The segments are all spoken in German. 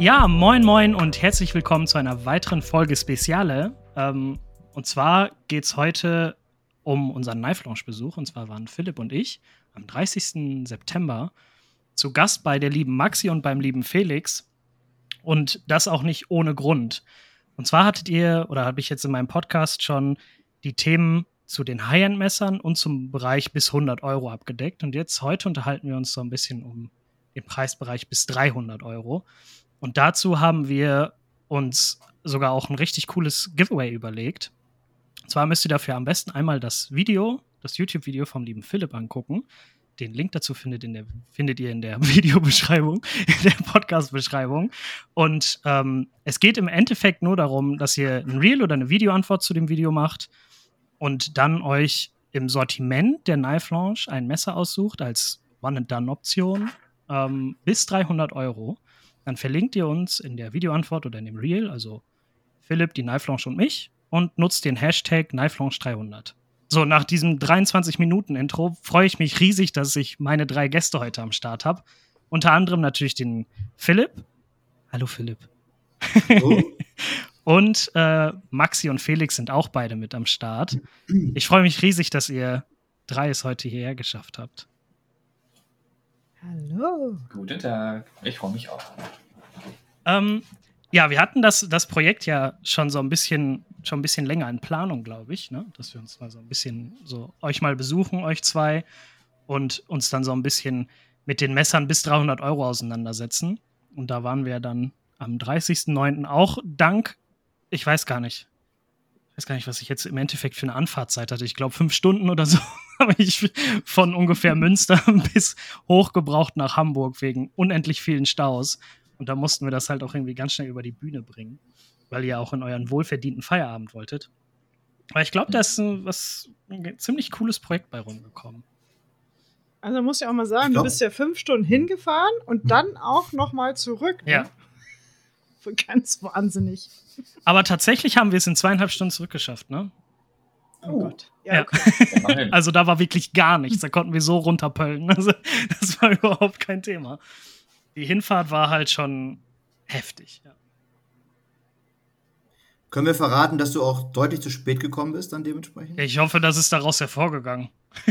Ja, moin moin und herzlich willkommen zu einer weiteren Folge Speziale. Und zwar geht es heute um unseren Knife Lounge Besuch. Und zwar waren Philipp und ich am 30. September zu Gast bei der lieben Maxi und beim lieben Felix. Und das auch nicht ohne Grund. Und zwar hattet ihr, oder habe ich jetzt in meinem Podcast schon die Themen zu den High-End-Messern und zum Bereich bis 100 Euro abgedeckt. Und jetzt heute unterhalten wir uns so ein bisschen um den Preisbereich bis 300 Euro. Und dazu haben wir uns sogar auch ein richtig cooles Giveaway überlegt. Und zwar müsst ihr dafür am besten einmal das YouTube-Video vom lieben Philipp angucken. Den Link dazu findet ihr in der Videobeschreibung, in der Podcast-Beschreibung. Und es geht im Endeffekt nur darum, dass ihr ein Reel oder eine Videoantwort zu dem Video macht und dann euch im Sortiment der Knife Lounge ein Messer aussucht als One-and-Done-Option bis 300 Euro. Dann verlinkt ihr uns in der Videoantwort oder in dem Reel, also Philipp, die Knife Lounge und mich, und nutzt den Hashtag KnifeLounge300. So, nach diesem 23-Minuten-Intro freue ich mich riesig, dass ich meine 3 Gäste heute am Start habe. Unter anderem natürlich den Philipp. Hallo Philipp. Oh. Und Maxi und Felix sind auch beide mit am Start. Ich freue mich riesig, dass ihr 3 es heute hierher geschafft habt. Hallo. Guten Tag. Ich freue mich auch. Ja, wir hatten das Projekt ja schon ein bisschen länger in Planung, glaube ich, ne? Dass wir uns mal so ein bisschen so euch mal besuchen, euch 2, und uns dann so ein bisschen mit den Messern bis 300 Euro auseinandersetzen. Und da waren wir dann am 30.09. auch ich weiß gar nicht, was ich jetzt im Endeffekt für eine Anfahrtzeit hatte. Ich glaube 5 Stunden oder so habe ich von ungefähr Münster bis hochgebraucht nach Hamburg wegen unendlich vielen Staus. Und da mussten wir das halt auch irgendwie ganz schnell über die Bühne bringen, weil ihr auch in euren wohlverdienten Feierabend wolltet. Aber ich glaube, da ist ein ziemlich cooles Projekt bei rumgekommen. Also muss ich auch mal sagen, du bist ja 5 Stunden hingefahren und dann auch noch mal zurück. Ne? Ja. Ganz wahnsinnig. Aber tatsächlich haben wir es in 2,5 Stunden zurückgeschafft, ne? Oh Gott. Ja, okay. Ja. Also da war wirklich gar nichts. Da konnten wir so runterpöllen. Also, das war überhaupt kein Thema. Die Hinfahrt war halt schon heftig. Ja. Können wir verraten, dass du auch deutlich zu spät gekommen bist dann dementsprechend? Ich hoffe, das ist daraus hervorgegangen.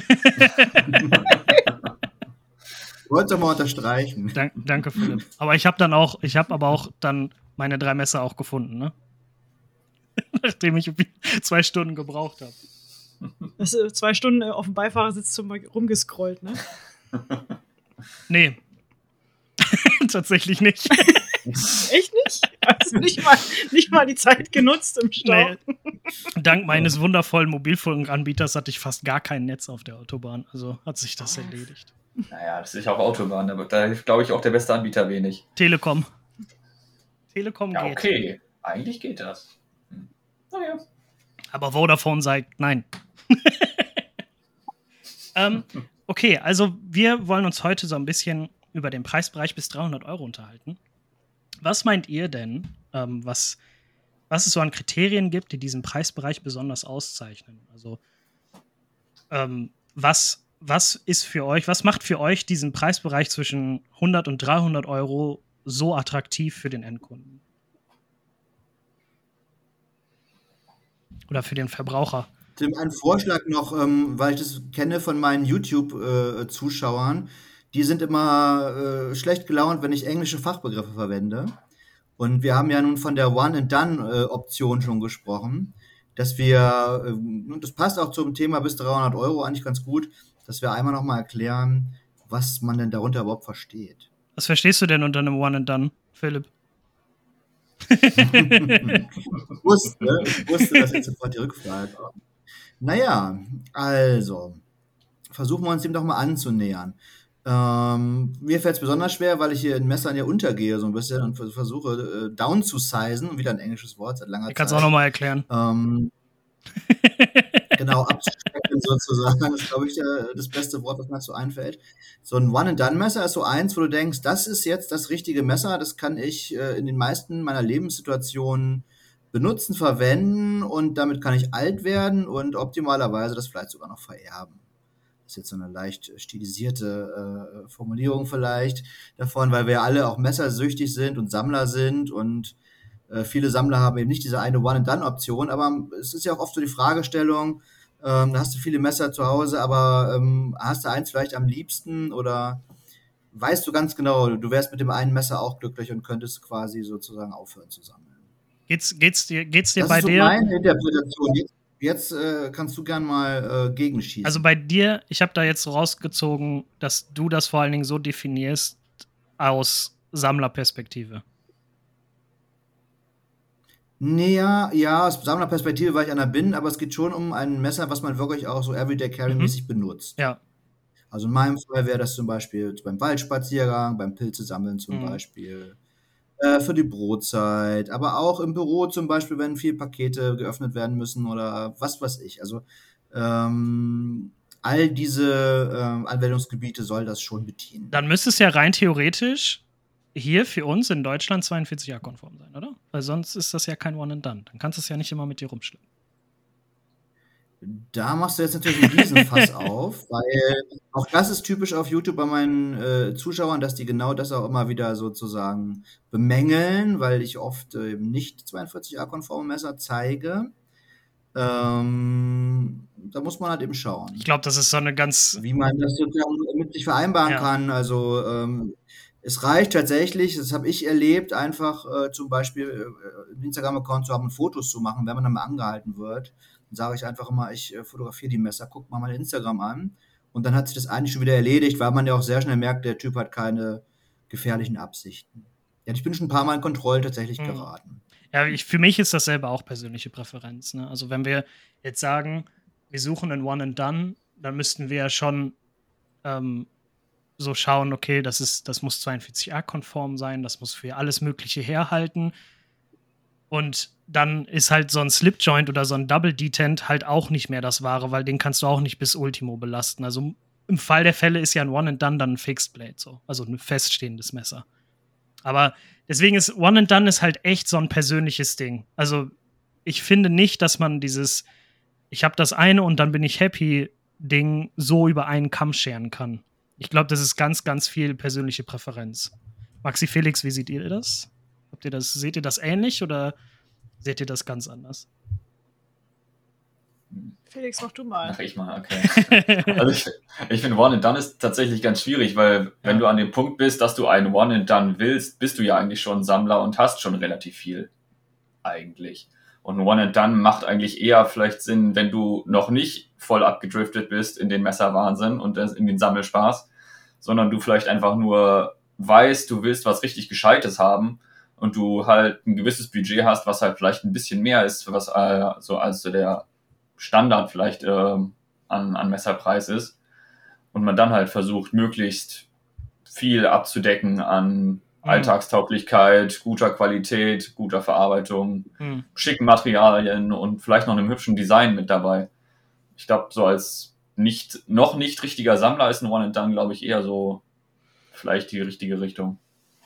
Ich wollte es doch mal unterstreichen. Danke, Philipp. Aber ich habe aber auch meine 3 Messer auch gefunden, ne? Nachdem ich 2 Stunden gebraucht habe. Hast du 2 Stunden auf dem Beifahrersitz rumgescrollt, ne? Nee. Tatsächlich nicht. Echt nicht? Also nicht mal die Zeit genutzt im Stau? Nee. Dank meines wundervollen Mobilfunkanbieters hatte ich fast gar kein Netz auf der Autobahn. Also hat sich das erledigt. Naja, das ist ja auch Autobahn, aber da ist, glaube ich, auch der beste Anbieter wenig. Telekom Ja, geht. okay. Eigentlich geht das. Naja. Aber Vodafone sagt nein. Okay, also wir wollen uns heute so ein bisschen über den Preisbereich bis 300 Euro unterhalten. Was meint ihr denn, was es so an Kriterien gibt, die diesen Preisbereich besonders auszeichnen? Also was macht für euch diesen Preisbereich zwischen 100 und 300 Euro so attraktiv für den Endkunden? Oder für den Verbraucher? Tim, ein Vorschlag noch, weil ich das kenne von meinen YouTube-Zuschauern. Die sind immer schlecht gelaunt, wenn ich englische Fachbegriffe verwende. Und wir haben ja nun von der One-and-Done-Option schon gesprochen, dass wir, das passt auch zum Thema bis 300 Euro eigentlich ganz gut, dass wir einmal noch mal erklären, was man denn darunter überhaupt versteht. Was verstehst du denn unter einem One-and-Done, Philipp? Ich wusste, dass jetzt sofort die Rückfrage kommt. Naja, also, versuchen wir uns dem doch mal anzunähern. Mir fällt es besonders schwer, weil ich hier in Messern ja untergehe so ein bisschen und versuche down zu sizen, wieder ein englisches Wort seit langer Zeit. Ich kann es auch noch mal erklären. Genau, abzustecken sozusagen, das ist, glaube ich, das beste Wort, was mir dazu einfällt. So ein One-and-Done-Messer ist so eins, wo du denkst, das ist jetzt das richtige Messer, das kann ich in den meisten meiner Lebenssituationen benutzen, verwenden und damit kann ich alt werden und optimalerweise das vielleicht sogar noch vererben. ist jetzt so eine leicht stilisierte Formulierung vielleicht davon, weil wir alle auch messersüchtig sind und Sammler sind und viele Sammler haben eben nicht diese eine One-and-Done-Option, aber es ist ja auch oft so die Fragestellung, da hast du viele Messer zu Hause, aber hast du eins vielleicht am liebsten oder weißt du ganz genau, du wärst mit dem einen Messer auch glücklich und könntest quasi sozusagen aufhören zu sammeln. Geht's dir Das bei ist so dir? meine Interpretation. Jetzt kannst du gern mal gegenschießen. Also bei dir, ich habe da jetzt rausgezogen, dass du das vor allen Dingen so definierst aus Sammlerperspektive. Ja, aus Sammlerperspektive, weil ich einer bin, aber es geht schon um ein Messer, was man wirklich auch so Everyday Carry-mäßig benutzt. Ja. Also in meinem Fall wäre das zum Beispiel beim Waldspaziergang, beim Pilzesammeln zum Beispiel, für die Brotzeit, aber auch im Büro zum Beispiel, wenn viele Pakete geöffnet werden müssen oder was weiß ich. Also all diese Anwendungsgebiete soll das schon bedienen. Dann müsste es ja rein theoretisch hier für uns in Deutschland 42a-konform sein, oder? Weil sonst ist das ja kein One-and-Done. Dann kannst du es ja nicht immer mit dir rumschleppen. Da machst du jetzt natürlich einen Riesenfass auf, weil auch das ist typisch auf YouTube bei meinen Zuschauern, dass die genau das auch immer wieder sozusagen bemängeln, weil ich oft eben nicht 42a-konforme Messer zeige. Da muss man halt eben schauen. Ich glaube, das ist so eine ganz... Wie man das sozusagen mit sich vereinbaren kann. Also es reicht tatsächlich, das habe ich erlebt, einfach zum Beispiel einen Instagram-Account zu haben und Fotos zu machen, wenn man dann mal angehalten wird. Dann sage ich einfach immer, ich fotografiere die Messer, guck mal mein Instagram an. Und dann hat sich das eigentlich schon wieder erledigt, weil man ja auch sehr schnell merkt, der Typ hat keine gefährlichen Absichten. Ja, ich bin schon ein paar Mal in Kontrollen tatsächlich geraten. Ja, für mich ist das selber auch persönliche Präferenz. Ne? Also wenn wir jetzt sagen, wir suchen ein One-and-Done, dann müssten wir ja schon so schauen, okay, das muss 42a-konform sein, das muss für alles Mögliche herhalten. Und dann ist halt so ein Slip-Joint oder so ein Double-Detent halt auch nicht mehr das Wahre, weil den kannst du auch nicht bis Ultimo belasten. Also im Fall der Fälle ist ja ein One-and-Done dann ein Fixed Blade, so. Also ein feststehendes Messer. Aber deswegen ist One-and-Done ist halt echt so ein persönliches Ding. Also ich finde nicht, dass man dieses ich habe das eine und dann bin ich happy Ding so über einen Kamm scheren kann. Ich glaube, das ist ganz, ganz viel persönliche Präferenz. Maxi, Felix, wie seht ihr das? Seht ihr das ähnlich oder seht ihr das ganz anders? Felix, mach du mal. Ach, ich mal, okay. Also ich finde, One-and-Done ist tatsächlich ganz schwierig, weil wenn du an dem Punkt bist, dass du einen One-and-Done willst, bist du ja eigentlich schon Sammler und hast schon relativ viel eigentlich. Und ein One-and-Done macht eigentlich eher vielleicht Sinn, wenn du noch nicht voll abgedriftet bist in den Messerwahnsinn und in den Sammelspaß, sondern du vielleicht einfach nur weißt, du willst was richtig Gescheites haben und du halt ein gewisses Budget hast, was halt vielleicht ein bisschen mehr ist, was so als der Standard vielleicht an Messerpreis ist und man dann halt versucht, möglichst viel abzudecken an Alltagstauglichkeit, guter Qualität, guter Verarbeitung, schicken Materialien und vielleicht noch einem hübschen Design mit dabei. Ich glaube, so als noch nicht richtiger Sammler ist ein One-and-Done, glaube ich, eher so vielleicht die richtige Richtung.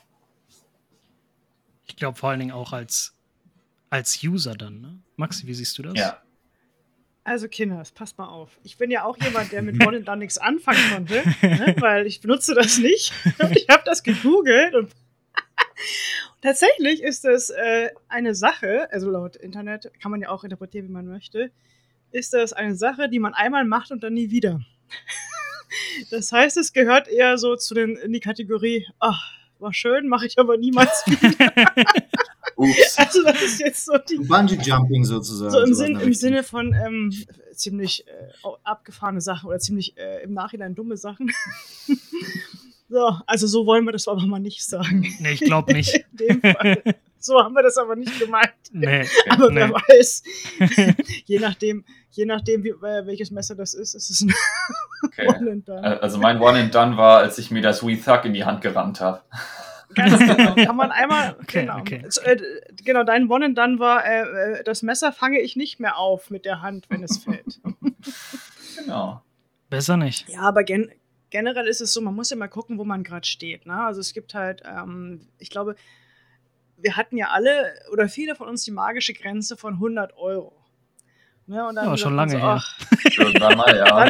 Ich glaube vor allen Dingen auch als User dann, ne? Maxi, wie siehst du das? Ja. Also Kinders, passt mal auf. Ich bin ja auch jemand, der mit One-and-Done nichts anfangen konnte, ne? Weil ich benutze das nicht. Ich habe das gegoogelt und tatsächlich ist das eine Sache, also laut Internet kann man ja auch interpretieren, wie man möchte, ist das eine Sache, die man einmal macht und dann nie wieder. Das heißt, es gehört eher so in die Kategorie, ach, war schön, mache ich aber niemals wieder. Ups. Also das ist jetzt so die Bungee-Jumping sozusagen. So im Sinne von ziemlich abgefahrene Sachen oder ziemlich im Nachhinein dumme Sachen. So, also so wollen wir das aber mal nicht sagen. Nee, ich glaube nicht. In dem Fall. So haben wir das aber nicht gemeint. Nee, aber wer weiß. je nachdem welches Messer das ist es ein One-and-Done. Also mein One-and-Done war, als ich mir das Wee Thug in die Hand gerammt habe. Ganz genau. Kann man einmal. Okay. Genau, dein One-and-Done war, das Messer fange ich nicht mehr auf mit der Hand, wenn es fällt. Genau. Besser nicht. Ja, aber generell ist es so, man muss ja mal gucken, wo man gerade steht. Ne? Also es gibt halt, ich glaube, wir hatten ja alle oder viele von uns die magische Grenze von 100 €. Ne? Und dann schon lange her. Irgendwann mal, ja.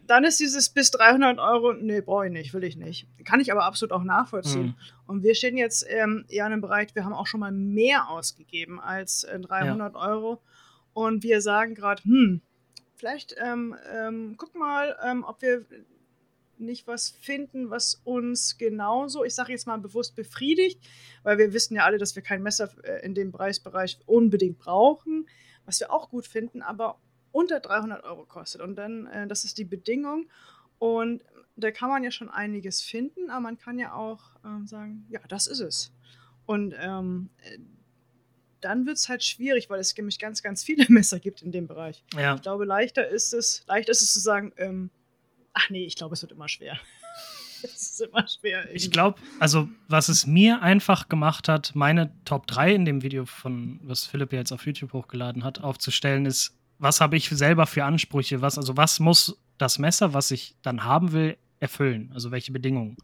dann ist dieses bis 300 Euro, nee, brauche ich nicht, will ich nicht. Kann ich aber absolut auch nachvollziehen. Und wir stehen jetzt eher in einem Bereich, wir haben auch schon mal mehr ausgegeben als 300 Euro. Und wir sagen gerade, vielleicht guck mal, ob wir nicht was finden, was uns genauso, ich sage jetzt mal bewusst befriedigt, weil wir wissen ja alle, dass wir kein Messer in dem Preisbereich unbedingt brauchen, was wir auch gut finden, aber unter 300 Euro kostet. Und dann, das ist die Bedingung. Und da kann man ja schon einiges finden, aber man kann ja auch sagen, ja, das ist es. Und dann wird es halt schwierig, weil es nämlich ganz, ganz viele Messer gibt in dem Bereich. Ja. Ich glaube, leichter ist es zu sagen, ach nee, ich glaube, es wird immer schwer. Es ist immer schwer. Ich glaube, also was es mir einfach gemacht hat, meine Top 3 in dem Video, was Philipp jetzt auf YouTube hochgeladen hat, aufzustellen, ist, was habe ich selber für Ansprüche, was muss das Messer, was ich dann haben will, erfüllen? Also welche Bedingungen?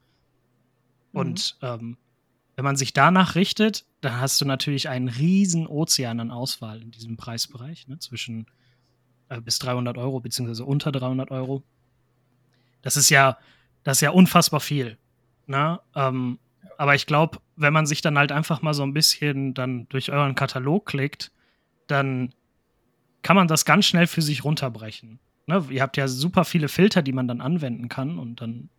Und wenn man sich danach richtet, dann hast du natürlich einen riesen Ozean an Auswahl in diesem Preisbereich, ne, zwischen bis 300 Euro beziehungsweise unter 300 Euro. Das ist ja unfassbar viel. Ne? Aber ich glaube, wenn man sich dann halt einfach mal so ein bisschen dann durch euren Katalog klickt, dann kann man das ganz schnell für sich runterbrechen. Ne? Ihr habt ja super viele Filter, die man dann anwenden kann und dann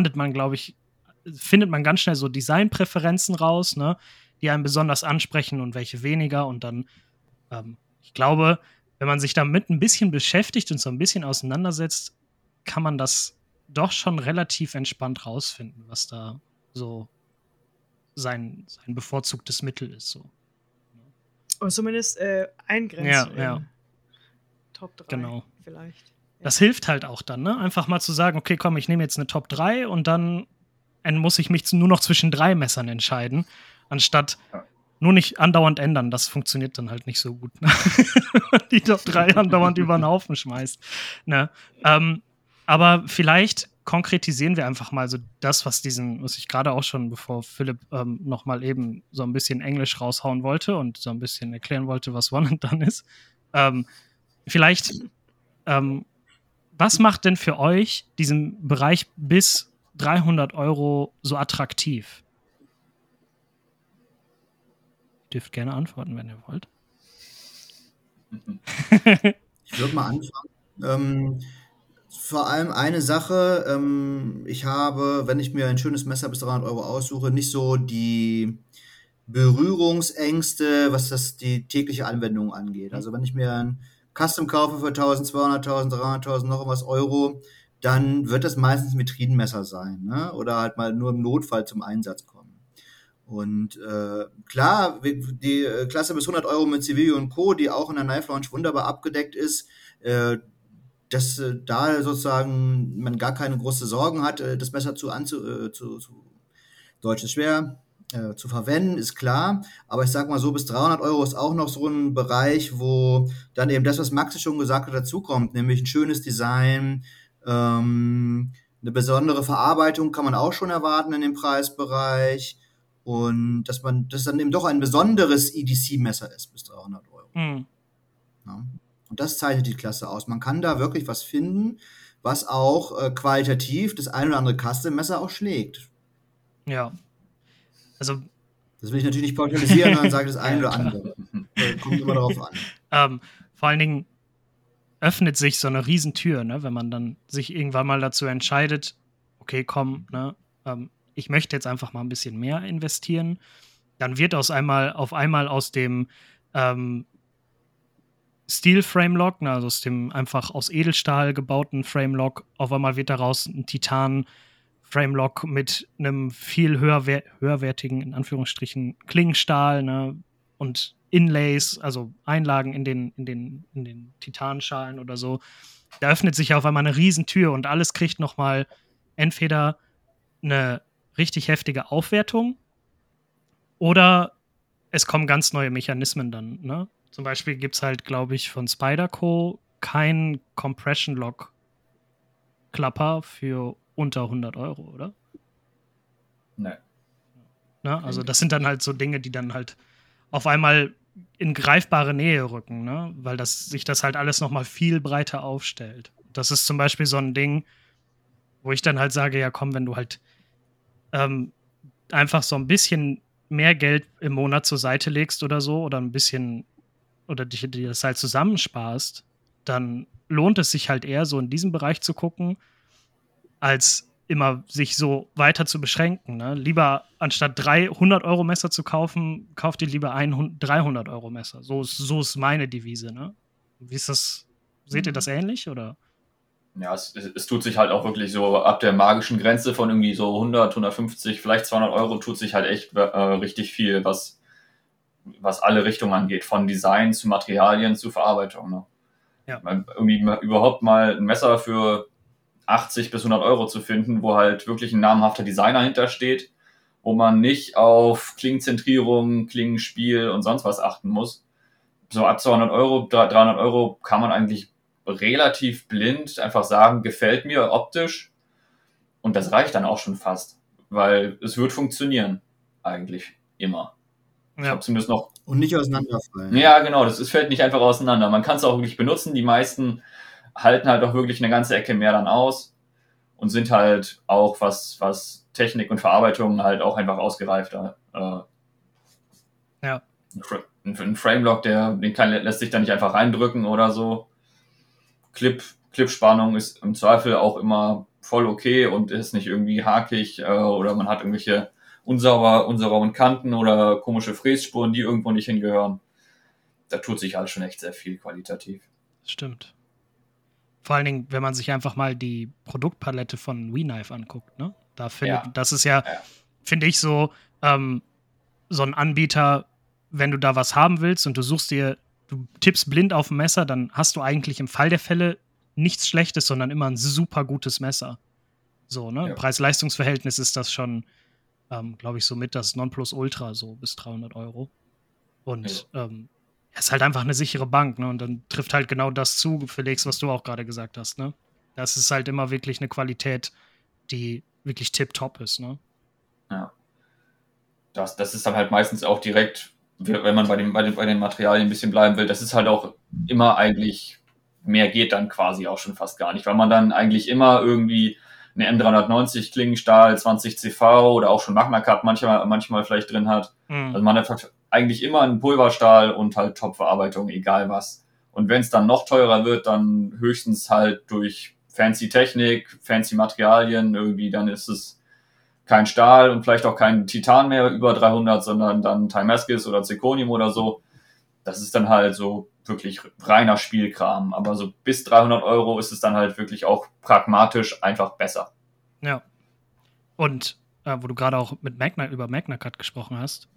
findet man ganz schnell so Designpräferenzen raus, ne, die einen besonders ansprechen und welche weniger. Und dann, ich glaube, wenn man sich damit ein bisschen beschäftigt und so ein bisschen auseinandersetzt, kann man das doch schon relativ entspannt rausfinden, was da so sein bevorzugtes Mittel ist. So. Und zumindest eingrenzen. Ja. Top 3 genau. vielleicht. Ja. Das hilft halt auch dann, ne? Einfach mal zu sagen, okay, komm, ich nehme jetzt eine Top 3 und dann muss ich mich nur noch zwischen 3 Messern entscheiden, anstatt nur nicht andauernd ändern. Das funktioniert dann halt nicht so gut, ne? Die Top 3 andauernd über den Haufen schmeißt. Ne? Aber vielleicht konkretisieren wir einfach mal so das, was ich gerade auch schon, bevor Philipp noch mal eben so ein bisschen Englisch raushauen wollte und so ein bisschen erklären wollte, was One and Done ist. Vielleicht, was macht denn für euch diesen Bereich bis 300 Euro so attraktiv? Ihr dürft gerne antworten, wenn ihr wollt. Ich würde mal anfangen. Vor allem eine Sache, ich habe, wenn ich mir ein schönes Messer bis 300 Euro aussuche, nicht so die Berührungsängste, was die tägliche Anwendung angeht. Also wenn ich mir ein Custom kaufe für 1.200, 1.300, 1.000 noch was Euro, dann wird das meistens ein Vitrinenmesser sein, ne? Oder halt mal nur im Notfall zum Einsatz kommen. Und klar, die Klasse bis 100 Euro mit Civilio und Co., die auch in der Knife Lounge wunderbar abgedeckt ist, dass da sozusagen man gar keine große Sorgen hat, das Messer Deutsch ist schwer, zu verwenden, ist klar. Aber ich sag mal so, bis 300 Euro ist auch noch so ein Bereich, wo dann eben das, was Maxi schon gesagt hat, dazukommt, nämlich ein schönes Design, eine besondere Verarbeitung kann man auch schon erwarten in dem Preisbereich. Und dass das dann eben doch ein besonderes EDC-Messer ist bis 300 Euro. Ja. Und das zeichnet die Klasse aus. Man kann da wirklich was finden, was auch qualitativ das ein oder andere Custom-Messer auch schlägt. Ja. Also. Das will ich natürlich nicht pauschalisieren, sondern sage das ein oder andere. Kommt immer darauf an. Vor allen Dingen öffnet sich so eine Riesentür, ne, wenn man dann sich irgendwann mal dazu entscheidet, okay, komm, ne, ich möchte jetzt einfach mal ein bisschen mehr investieren, dann wird auf einmal aus dem Steel Frame-Lock, also aus dem einfach aus Edelstahl gebauten Frame-Lock, auf einmal wird daraus ein Titan Frame-Lock mit einem viel höherwertigen, in Anführungsstrichen, Klingenstahl, ne, und Inlays, also Einlagen in den Titanschalen oder so. Da öffnet sich auf einmal eine Riesentür und alles kriegt nochmal entweder eine richtig heftige Aufwertung oder es kommen ganz neue Mechanismen dann, ne? Zum Beispiel gibt es halt, glaube ich, von Spyderco kein Compression-Lock-Klapper für unter 100 Euro, oder? Nee. Ne? Also das sind dann halt so Dinge, die dann halt auf einmal in greifbare Nähe rücken, ne? Weil sich das halt alles nochmal viel breiter aufstellt. das ist zum Beispiel so ein Ding, wo ich dann halt sage, ja komm, wenn du halt einfach so ein bisschen mehr Geld im Monat zur Seite legst oder so oder ein bisschen oder dir das halt zusammensparst, dann lohnt es sich halt eher so in diesem Bereich zu gucken, als immer sich so weiter zu beschränken. Ne? Lieber anstatt 300 Euro Messer zu kaufen, kauft ihr lieber ein 300 Euro Messer. So ist meine Devise. Ne? Wie ist das? Seht ihr das ähnlich oder? Ja, es tut sich halt auch wirklich so ab der magischen Grenze von irgendwie so 100, 150, vielleicht 200 Euro tut sich halt echt richtig viel, was alle Richtungen angeht, von Design zu Materialien zu Verarbeitung. Ne? Ja. Irgendwie überhaupt mal ein Messer für 80 bis 100 Euro zu finden, wo halt wirklich ein namhafter Designer hintersteht, wo man nicht auf Klingenzentrierung, Klingenspiel und sonst was achten muss. So ab 200 Euro, 300 Euro kann man eigentlich relativ blind einfach sagen, gefällt mir optisch. Und das reicht dann auch schon fast, weil es wird funktionieren. Eigentlich immer. Ich habe zumindest noch. Und nicht auseinanderfallen. Ja, genau, fällt nicht einfach auseinander. Man kann es auch wirklich benutzen. Die meisten halten halt auch wirklich eine ganze Ecke mehr dann aus und sind halt auch, was Technik und Verarbeitung halt auch einfach ausgereifter. Ja. Ein Framelock, lässt sich da nicht einfach reindrücken oder so. Clipspannung ist im Zweifel auch immer voll okay und ist nicht irgendwie hakig oder man hat irgendwelche unsauberen Kanten oder komische Frässpuren, die irgendwo nicht hingehören. Da tut sich halt schon echt sehr viel qualitativ. Stimmt. Vor allen Dingen, wenn man sich einfach mal die Produktpalette von WeKnife anguckt, ne? Das ist ja, finde ich, so so ein Anbieter, wenn du da was haben willst und du tippst blind auf ein Messer, dann hast du eigentlich im Fall der Fälle nichts Schlechtes, sondern immer ein super gutes Messer. So, ne? Ja. Preis-Leistungs-Verhältnis ist das schon, glaube ich, so mit das Nonplusultra, so bis 300 Euro. Und ist halt einfach eine sichere Bank, ne? Und dann trifft halt genau das zu, Felix, was du auch gerade gesagt hast, ne? Das ist halt immer wirklich eine Qualität, die wirklich tipptopp ist, ne? Ja. Das ist dann halt meistens auch direkt, wenn man bei den Materialien ein bisschen bleiben will, das ist halt auch immer eigentlich, mehr geht dann quasi auch schon fast gar nicht, weil man dann eigentlich immer irgendwie eine M390 Klingenstahl 20 CV oder auch schon Magna Cup manchmal vielleicht drin hat. Also man hat eigentlich immer einen Pulverstahl und halt Top-Verarbeitung, egal was. Und wenn es dann noch teurer wird, dann höchstens halt durch fancy Technik, fancy Materialien irgendwie, dann ist es kein Stahl und vielleicht auch kein Titan mehr über 300, sondern dann Timascus oder Zirconium oder so. Das ist dann halt so wirklich reiner Spielkram. Aber so bis 300 Euro ist es dann halt wirklich auch pragmatisch einfach besser. Ja. Und wo du gerade auch über Magna Cut gesprochen hast,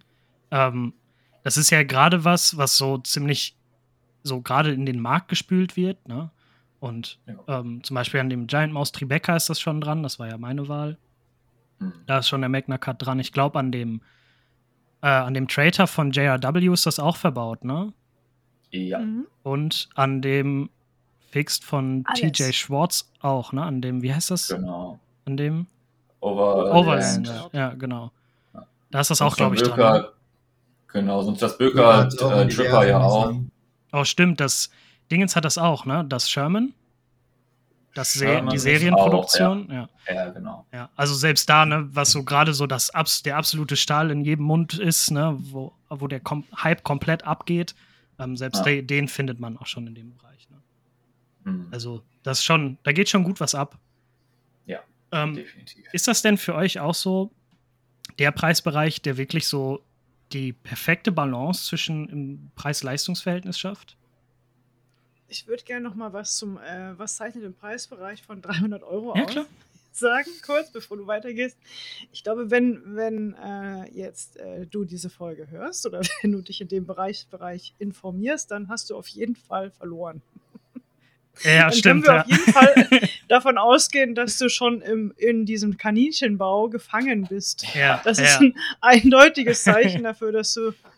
das ist ja gerade was so ziemlich so gerade in den Markt gespült wird, ne? Und zum Beispiel an dem Giant Mouse Tribeca ist das schon dran, das war ja meine Wahl. Da ist schon der Magna Cut dran. Ich glaube, an dem Traitor von JRW ist das auch verbaut, ne? Ja. Und an dem Fixed von Alles. TJ Schwartz auch, ne? An dem, wie heißt das? Genau. An dem Overland. Ja, genau. Da ist das Sonst auch, glaube ich, Böker, dran. Ne? Genau, sonst das Böker Tripper ja auch. Oh, stimmt, das Dingens hat das auch, ne? Das Sherman. Sherman Die ist Serienproduktion. auch, ja, genau. Ja, also selbst da, ne, was so gerade so der absolute Stahl in jedem Mund ist, ne, wo der Hype komplett abgeht, selbst den findet man auch schon in dem Bereich. Ne? Also das schon, da geht schon gut was ab. Ja, definitiv. Ist das denn für euch auch so der Preisbereich, der wirklich so die perfekte Balance zwischen im Preis-Leistungs-Verhältnis schafft? Ich würde gerne noch mal was zum, was zeichnet den Preisbereich von 300 Euro Ja, aus? klar. Sagen, kurz, bevor du weitergehst. Ich glaube, wenn jetzt du diese Folge hörst oder wenn du dich in dem Bereich informierst, dann hast du auf jeden Fall verloren. Ja, dann stimmt. Können wir auf jeden Fall davon ausgehen, dass du schon in diesem Kaninchenbau gefangen bist. Ja, das ist ein eindeutiges Zeichen dafür, dass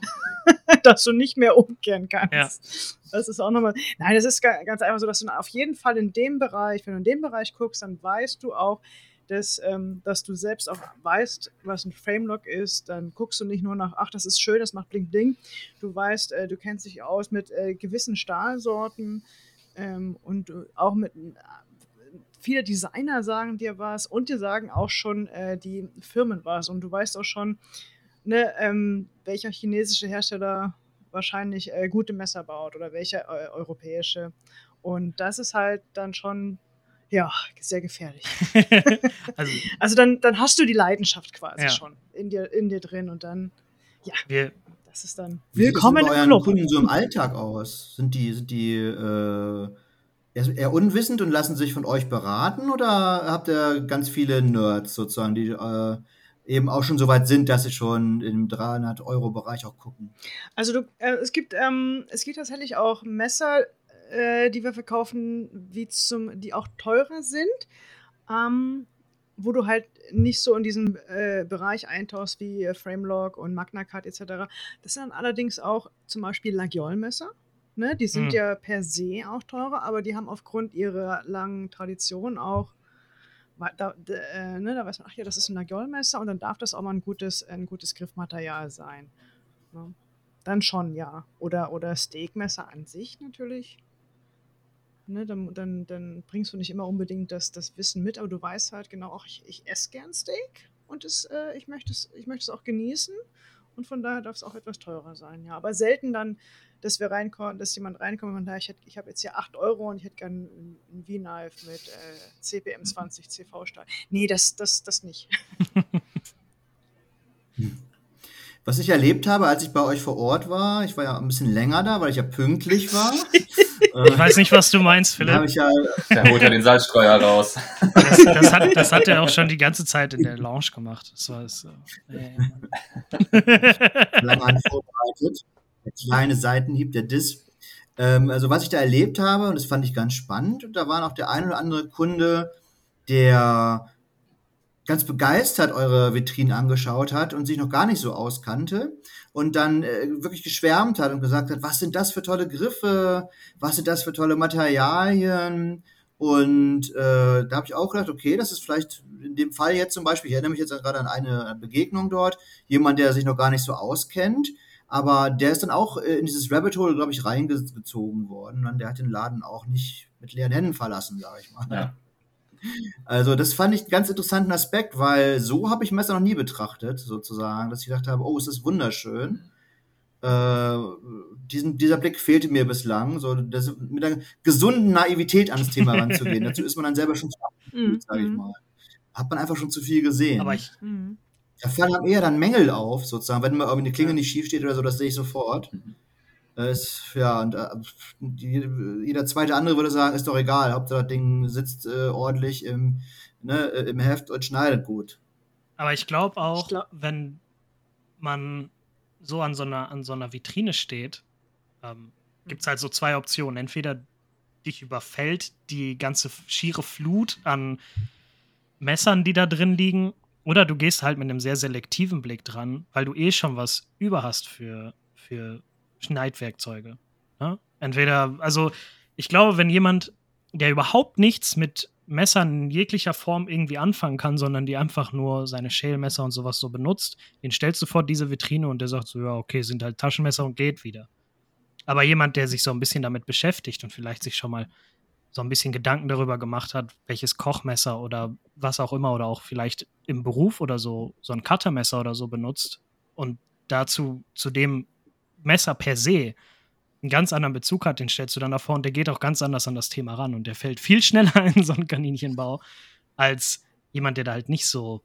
du nicht mehr umkehren kannst. Ja. Das ist auch nochmal. Nein, das ist ganz einfach so, dass du auf jeden Fall in dem Bereich, wenn du in dem Bereich guckst, dann weißt du auch, dass du selbst auch weißt, was ein Framelock ist. Dann guckst du nicht nur nach, ach, das ist schön, das macht Bling Bling. Du weißt, du kennst dich aus mit gewissen Stahlsorten und auch mit viele Designer sagen dir was und dir sagen auch schon die Firmen was. Und du weißt auch schon, ne, welcher chinesische Hersteller wahrscheinlich gute Messer baut oder welcher europäische. Und das ist halt dann schon, ja, sehr gefährlich. Also dann hast du die Leidenschaft quasi schon in dir drin und dann, ja, das ist dann willkommen im Club. Wie sieht es bei euren Kunden so im Alltag aus? Sind die eher unwissend und lassen sich von euch beraten oder habt ihr ganz viele Nerds sozusagen, die eben auch schon so weit sind, dass sie schon im 300-Euro-Bereich auch gucken? Also es gibt tatsächlich auch Messer, die wir verkaufen, die auch teurer sind, wo du halt nicht so in diesen Bereich eintauchst wie Framelock und Magnacut etc. Das sind dann allerdings auch zum Beispiel Laguiole-Messer. Ne? Die sind ja per se auch teurer, aber die haben aufgrund ihrer langen Tradition auch, da weiß man, ach ja, das ist ein Laguiole-Messer und dann darf das auch mal ein gutes Griffmaterial sein. Ne? Dann schon, ja. Oder Steakmesser an sich natürlich. Ne, dann bringst du nicht immer unbedingt das Wissen mit, aber du weißt halt genau, auch ich esse gern Steak und ich möchte es auch genießen und von daher darf es auch etwas teurer sein, ja. Aber selten dann, dass jemand reinkommt und sagt, ich habe jetzt hier 8 Euro und ich hätte gern ein V-Knife mit CPM 20 CV-Stahl. Nee, das nicht. Was ich erlebt habe, als ich bei euch vor Ort war, ich war ja ein bisschen länger da, weil ich ja pünktlich war. Ich weiß nicht, was du meinst, Philipp. Der holt ja den Salzstreuer raus. Das hat er auch schon die ganze Zeit in der Lounge gemacht. Das war es. Lange vorbereitet. Der kleine Seitenhieb, der Diss. Also was ich da erlebt habe, und das fand ich ganz spannend, und da war noch der ein oder andere Kunde, der ganz begeistert eure Vitrinen angeschaut hat und sich noch gar nicht so auskannte und dann wirklich geschwärmt hat und gesagt hat, was sind das für tolle Griffe, was sind das für tolle Materialien und da habe ich auch gedacht, okay, das ist vielleicht in dem Fall jetzt zum Beispiel, ich erinnere mich jetzt gerade an eine Begegnung dort, jemand, der sich noch gar nicht so auskennt, aber der ist dann auch in dieses Rabbit Hole, glaube ich, reingezogen worden und der hat den Laden auch nicht mit leeren Händen verlassen, sage ich mal. Ja. Also das fand ich einen ganz interessanten Aspekt, weil so habe ich Messer noch nie betrachtet, sozusagen, dass ich gedacht habe, oh, es ist wunderschön. Dieser Blick fehlte mir bislang, so mit einer gesunden Naivität ans Thema ranzugehen. Dazu ist man dann selber schon zu viel, sage ich mal. Hat man einfach schon zu viel gesehen. Aber da fallen einem eher dann Mängel auf, sozusagen, wenn mal irgendwie eine Klinge nicht schief steht oder so, das sehe ich sofort. Jeder zweite andere würde sagen, ist doch egal, Hauptsache das Ding sitzt ordentlich im Heft und schneidet gut. Aber ich glaube auch, wenn man so an so einer Vitrine steht, gibt es halt so zwei Optionen. Entweder dich überfällt die ganze schiere Flut an Messern, die da drin liegen, oder du gehst halt mit einem sehr selektiven Blick dran, weil du schon was über hast für Schneidwerkzeuge. Ne? Entweder, also ich glaube, wenn jemand, der überhaupt nichts mit Messern in jeglicher Form irgendwie anfangen kann, sondern die einfach nur seine Schälmesser und sowas so benutzt, den stellst du vor diese Vitrine und der sagt so, ja, okay, sind halt Taschenmesser und geht wieder. Aber jemand, der sich so ein bisschen damit beschäftigt und vielleicht sich schon mal so ein bisschen Gedanken darüber gemacht hat, welches Kochmesser oder was auch immer oder auch vielleicht im Beruf oder so ein Cuttermesser oder so benutzt und dazu zu dem Messer per se einen ganz anderen Bezug hat, den stellst du dann davor und der geht auch ganz anders an das Thema ran und der fällt viel schneller in so einen Kaninchenbau als jemand, der da halt nicht so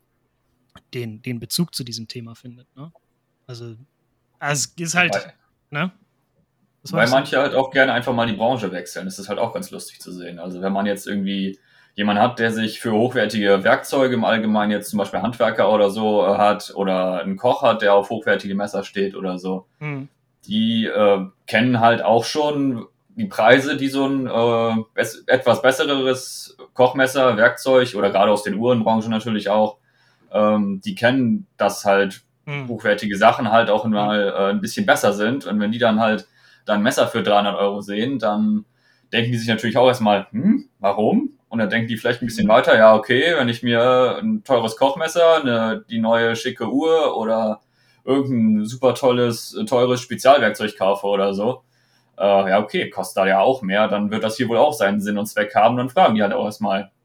den Bezug zu diesem Thema findet. Ne? Also es ist halt, ne? Weil manche halt auch gerne einfach mal die Branche wechseln. Das ist halt auch ganz lustig zu sehen. Also wenn man jetzt irgendwie jemanden hat, der sich für hochwertige Werkzeuge im Allgemeinen jetzt zum Beispiel Handwerker oder so hat oder einen Koch hat, der auf hochwertige Messer steht oder so, die kennen halt auch schon die Preise, die so ein etwas besseres Kochmesser, Werkzeug oder gerade aus den Uhrenbranchen natürlich auch, die kennen, dass halt hochwertige Sachen halt auch mal ein bisschen besser sind und wenn die dann halt ein Messer für 300 Euro sehen, dann denken die sich natürlich auch erstmal, warum? Und dann denken die vielleicht ein bisschen weiter, ja, okay, wenn ich mir ein teures Kochmesser, die neue schicke Uhr oder irgendein super teures Spezialwerkzeug kaufe oder so, ja, okay, kostet da ja auch mehr, dann wird das hier wohl auch seinen Sinn und Zweck haben. Dann fragen die halt auch erstmal,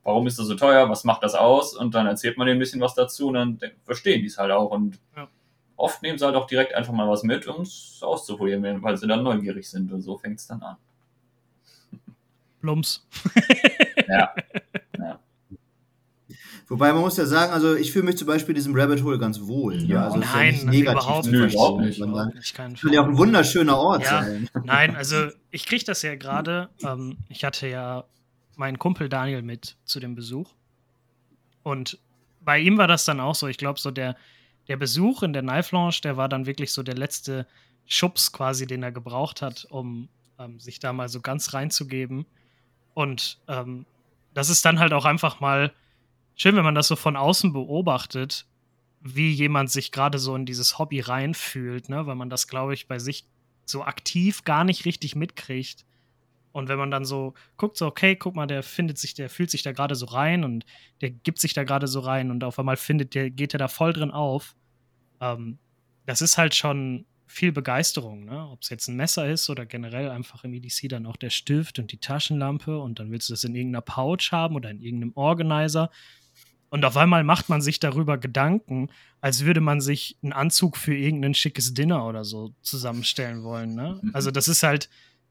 warum ist das so teuer, was macht das aus? Und dann erzählt man denen ein bisschen was dazu und dann verstehen die es halt auch. Und oft nehmen sie halt auch direkt einfach mal was mit, um es auszuprobieren, weil sie dann neugierig sind. Und so fängt es dann an. Plumps. Ja. Wobei man muss ja sagen, also ich fühle mich zum Beispiel in diesem Rabbit Hole ganz wohl. Ja, also nein, ist ja nicht überhaupt negativ nicht. Überhaupt nicht. Kann ja auch ein wunderschöner Ort sein. Nein, also ich kriege das ja gerade. Ich hatte ja meinen Kumpel Daniel mit zu dem Besuch. Und bei ihm war das dann auch so. Ich glaube, so der Besuch in der Knife Lounge, der war dann wirklich so der letzte Schubs quasi, den er gebraucht hat, um sich da mal so ganz reinzugeben. Und das ist dann halt auch einfach mal schön, wenn man das so von außen beobachtet, wie jemand sich gerade so in dieses Hobby reinfühlt, ne? Weil man das, glaube ich, bei sich so aktiv gar nicht richtig mitkriegt. Und wenn man dann so guckt, so, okay, guck mal, der fühlt sich da gerade so rein und der gibt sich da gerade so rein und auf einmal geht er da voll drin auf. Das ist halt schon viel Begeisterung, ne? Ob es jetzt ein Messer ist oder generell einfach im EDC dann auch der Stift und die Taschenlampe und dann willst du das in irgendeiner Pouch haben oder in irgendeinem Organizer. Und auf einmal macht man sich darüber Gedanken, als würde man sich einen Anzug für irgendein schickes Dinner oder so zusammenstellen wollen, ne? Also das ist halt,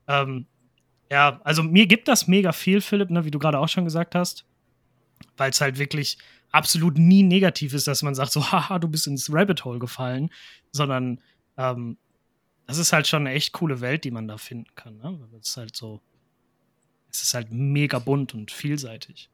also mir gibt das mega viel, Philipp, ne, wie du gerade auch schon gesagt hast, weil es halt wirklich absolut nie negativ ist, dass man sagt so, haha, du bist ins Rabbit Hole gefallen, sondern das ist halt schon eine echt coole Welt, die man da finden kann, ne? Es ist halt mega bunt und vielseitig.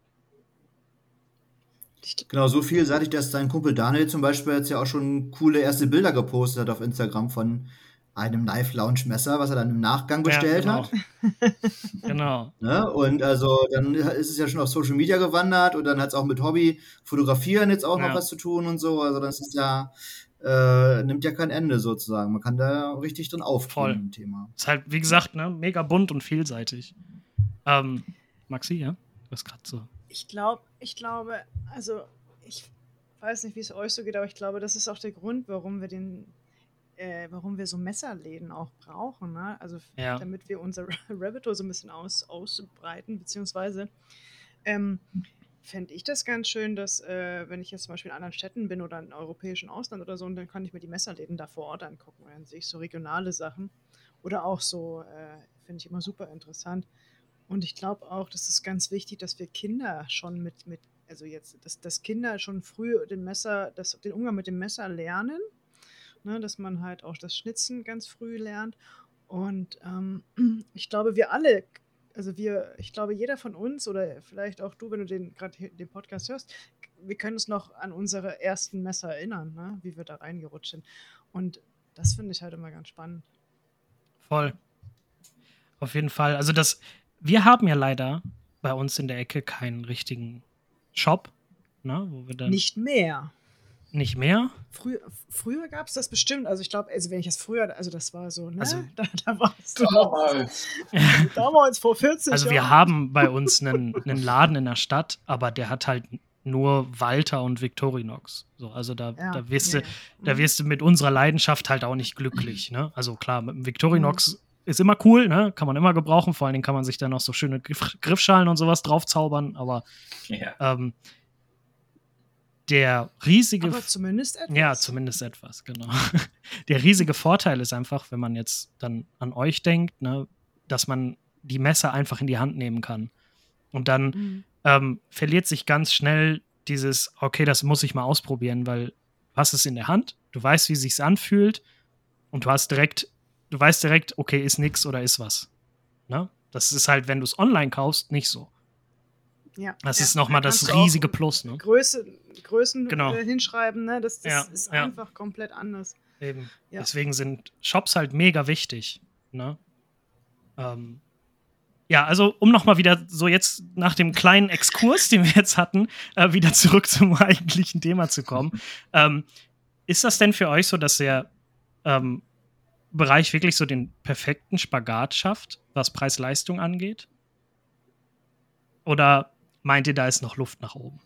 Genau, so vielseitig, dass dein Kumpel Daniel zum Beispiel jetzt ja auch schon coole erste Bilder gepostet hat auf Instagram von einem Knife Lounge Messer, was er dann im Nachgang bestellt hat. Genau. Ne? Und also dann ist es ja schon auf Social Media gewandert und dann hat es auch mit Hobby Fotografieren jetzt auch noch was zu tun und so. Also das ist ja, nimmt ja kein Ende sozusagen. Man kann da richtig drin aufgehen im Thema. Ist halt, wie gesagt, ne, mega bunt und vielseitig. Maxi, ja? Du hast gerade so. Ich glaube, also ich weiß nicht, wie es euch so geht, aber ich glaube, das ist auch der Grund, warum wir so Messerläden auch brauchen, ne? Also damit wir unser Rabbit Hole so ein bisschen ausbreiten, beziehungsweise fände ich das ganz schön, dass wenn ich jetzt zum Beispiel in anderen Städten bin oder im europäischen Ausland oder so, und dann kann ich mir die Messerläden da vor Ort angucken und dann sehe ich so regionale Sachen oder auch so, finde ich immer super interessant. Und ich glaube auch, das ist ganz wichtig, dass wir Kinder schon dass Kinder schon früh den Umgang mit dem Messer lernen, ne, dass man halt auch das Schnitzen ganz früh lernt. Und ich glaube, ich glaube, jeder von uns oder vielleicht auch du, wenn du gerade den Podcast hörst, wir können uns noch an unsere ersten Messer erinnern, ne, wie wir da reingerutscht sind. Und das finde ich halt immer ganz spannend. Voll. Auf jeden Fall. Also wir haben ja leider bei uns in der Ecke keinen richtigen Shop, ne, wo wir dann nicht mehr. Nicht mehr? Früher gab es das bestimmt. Also ich glaube, wenn ich das früher, also das war so, ne? Also, da warst du damals vor 40 Jahren. Also wir haben bei uns einen Laden in der Stadt, aber der hat halt nur Walter und Victorinox. So, also da wirst du mit unserer Leidenschaft halt auch nicht glücklich, ne? Also klar, mit dem Victorinox ist immer cool, ne? Kann man immer gebrauchen. Vor allen Dingen kann man sich dann noch so schöne Griffschalen und sowas draufzaubern, aber der riesige... Aber zumindest etwas. Ja, zumindest etwas, genau. Der riesige Vorteil ist einfach, wenn man jetzt dann an euch denkt, ne, dass man die Messer einfach in die Hand nehmen kann. Und dann verliert sich ganz schnell dieses, okay, das muss ich mal ausprobieren, weil du hast es in der Hand, du weißt, wie es sich anfühlt und du weißt direkt, okay, ist nix oder ist was. Ne? Das ist halt, wenn du es online kaufst, nicht so. Ja, das ist nochmal das riesige Plus. Ne? Größen hinschreiben, ne? Das ist einfach komplett anders. Eben. Ja. Deswegen sind Shops halt mega wichtig. Ne? Also um nochmal wieder so jetzt nach dem kleinen Exkurs, den wir jetzt hatten, wieder zurück zum eigentlichen Thema zu kommen. Ist das denn für euch so, dass der Bereich wirklich so den perfekten Spagat schafft, was Preis-Leistung angeht? Oder meint ihr, da ist noch Luft nach oben?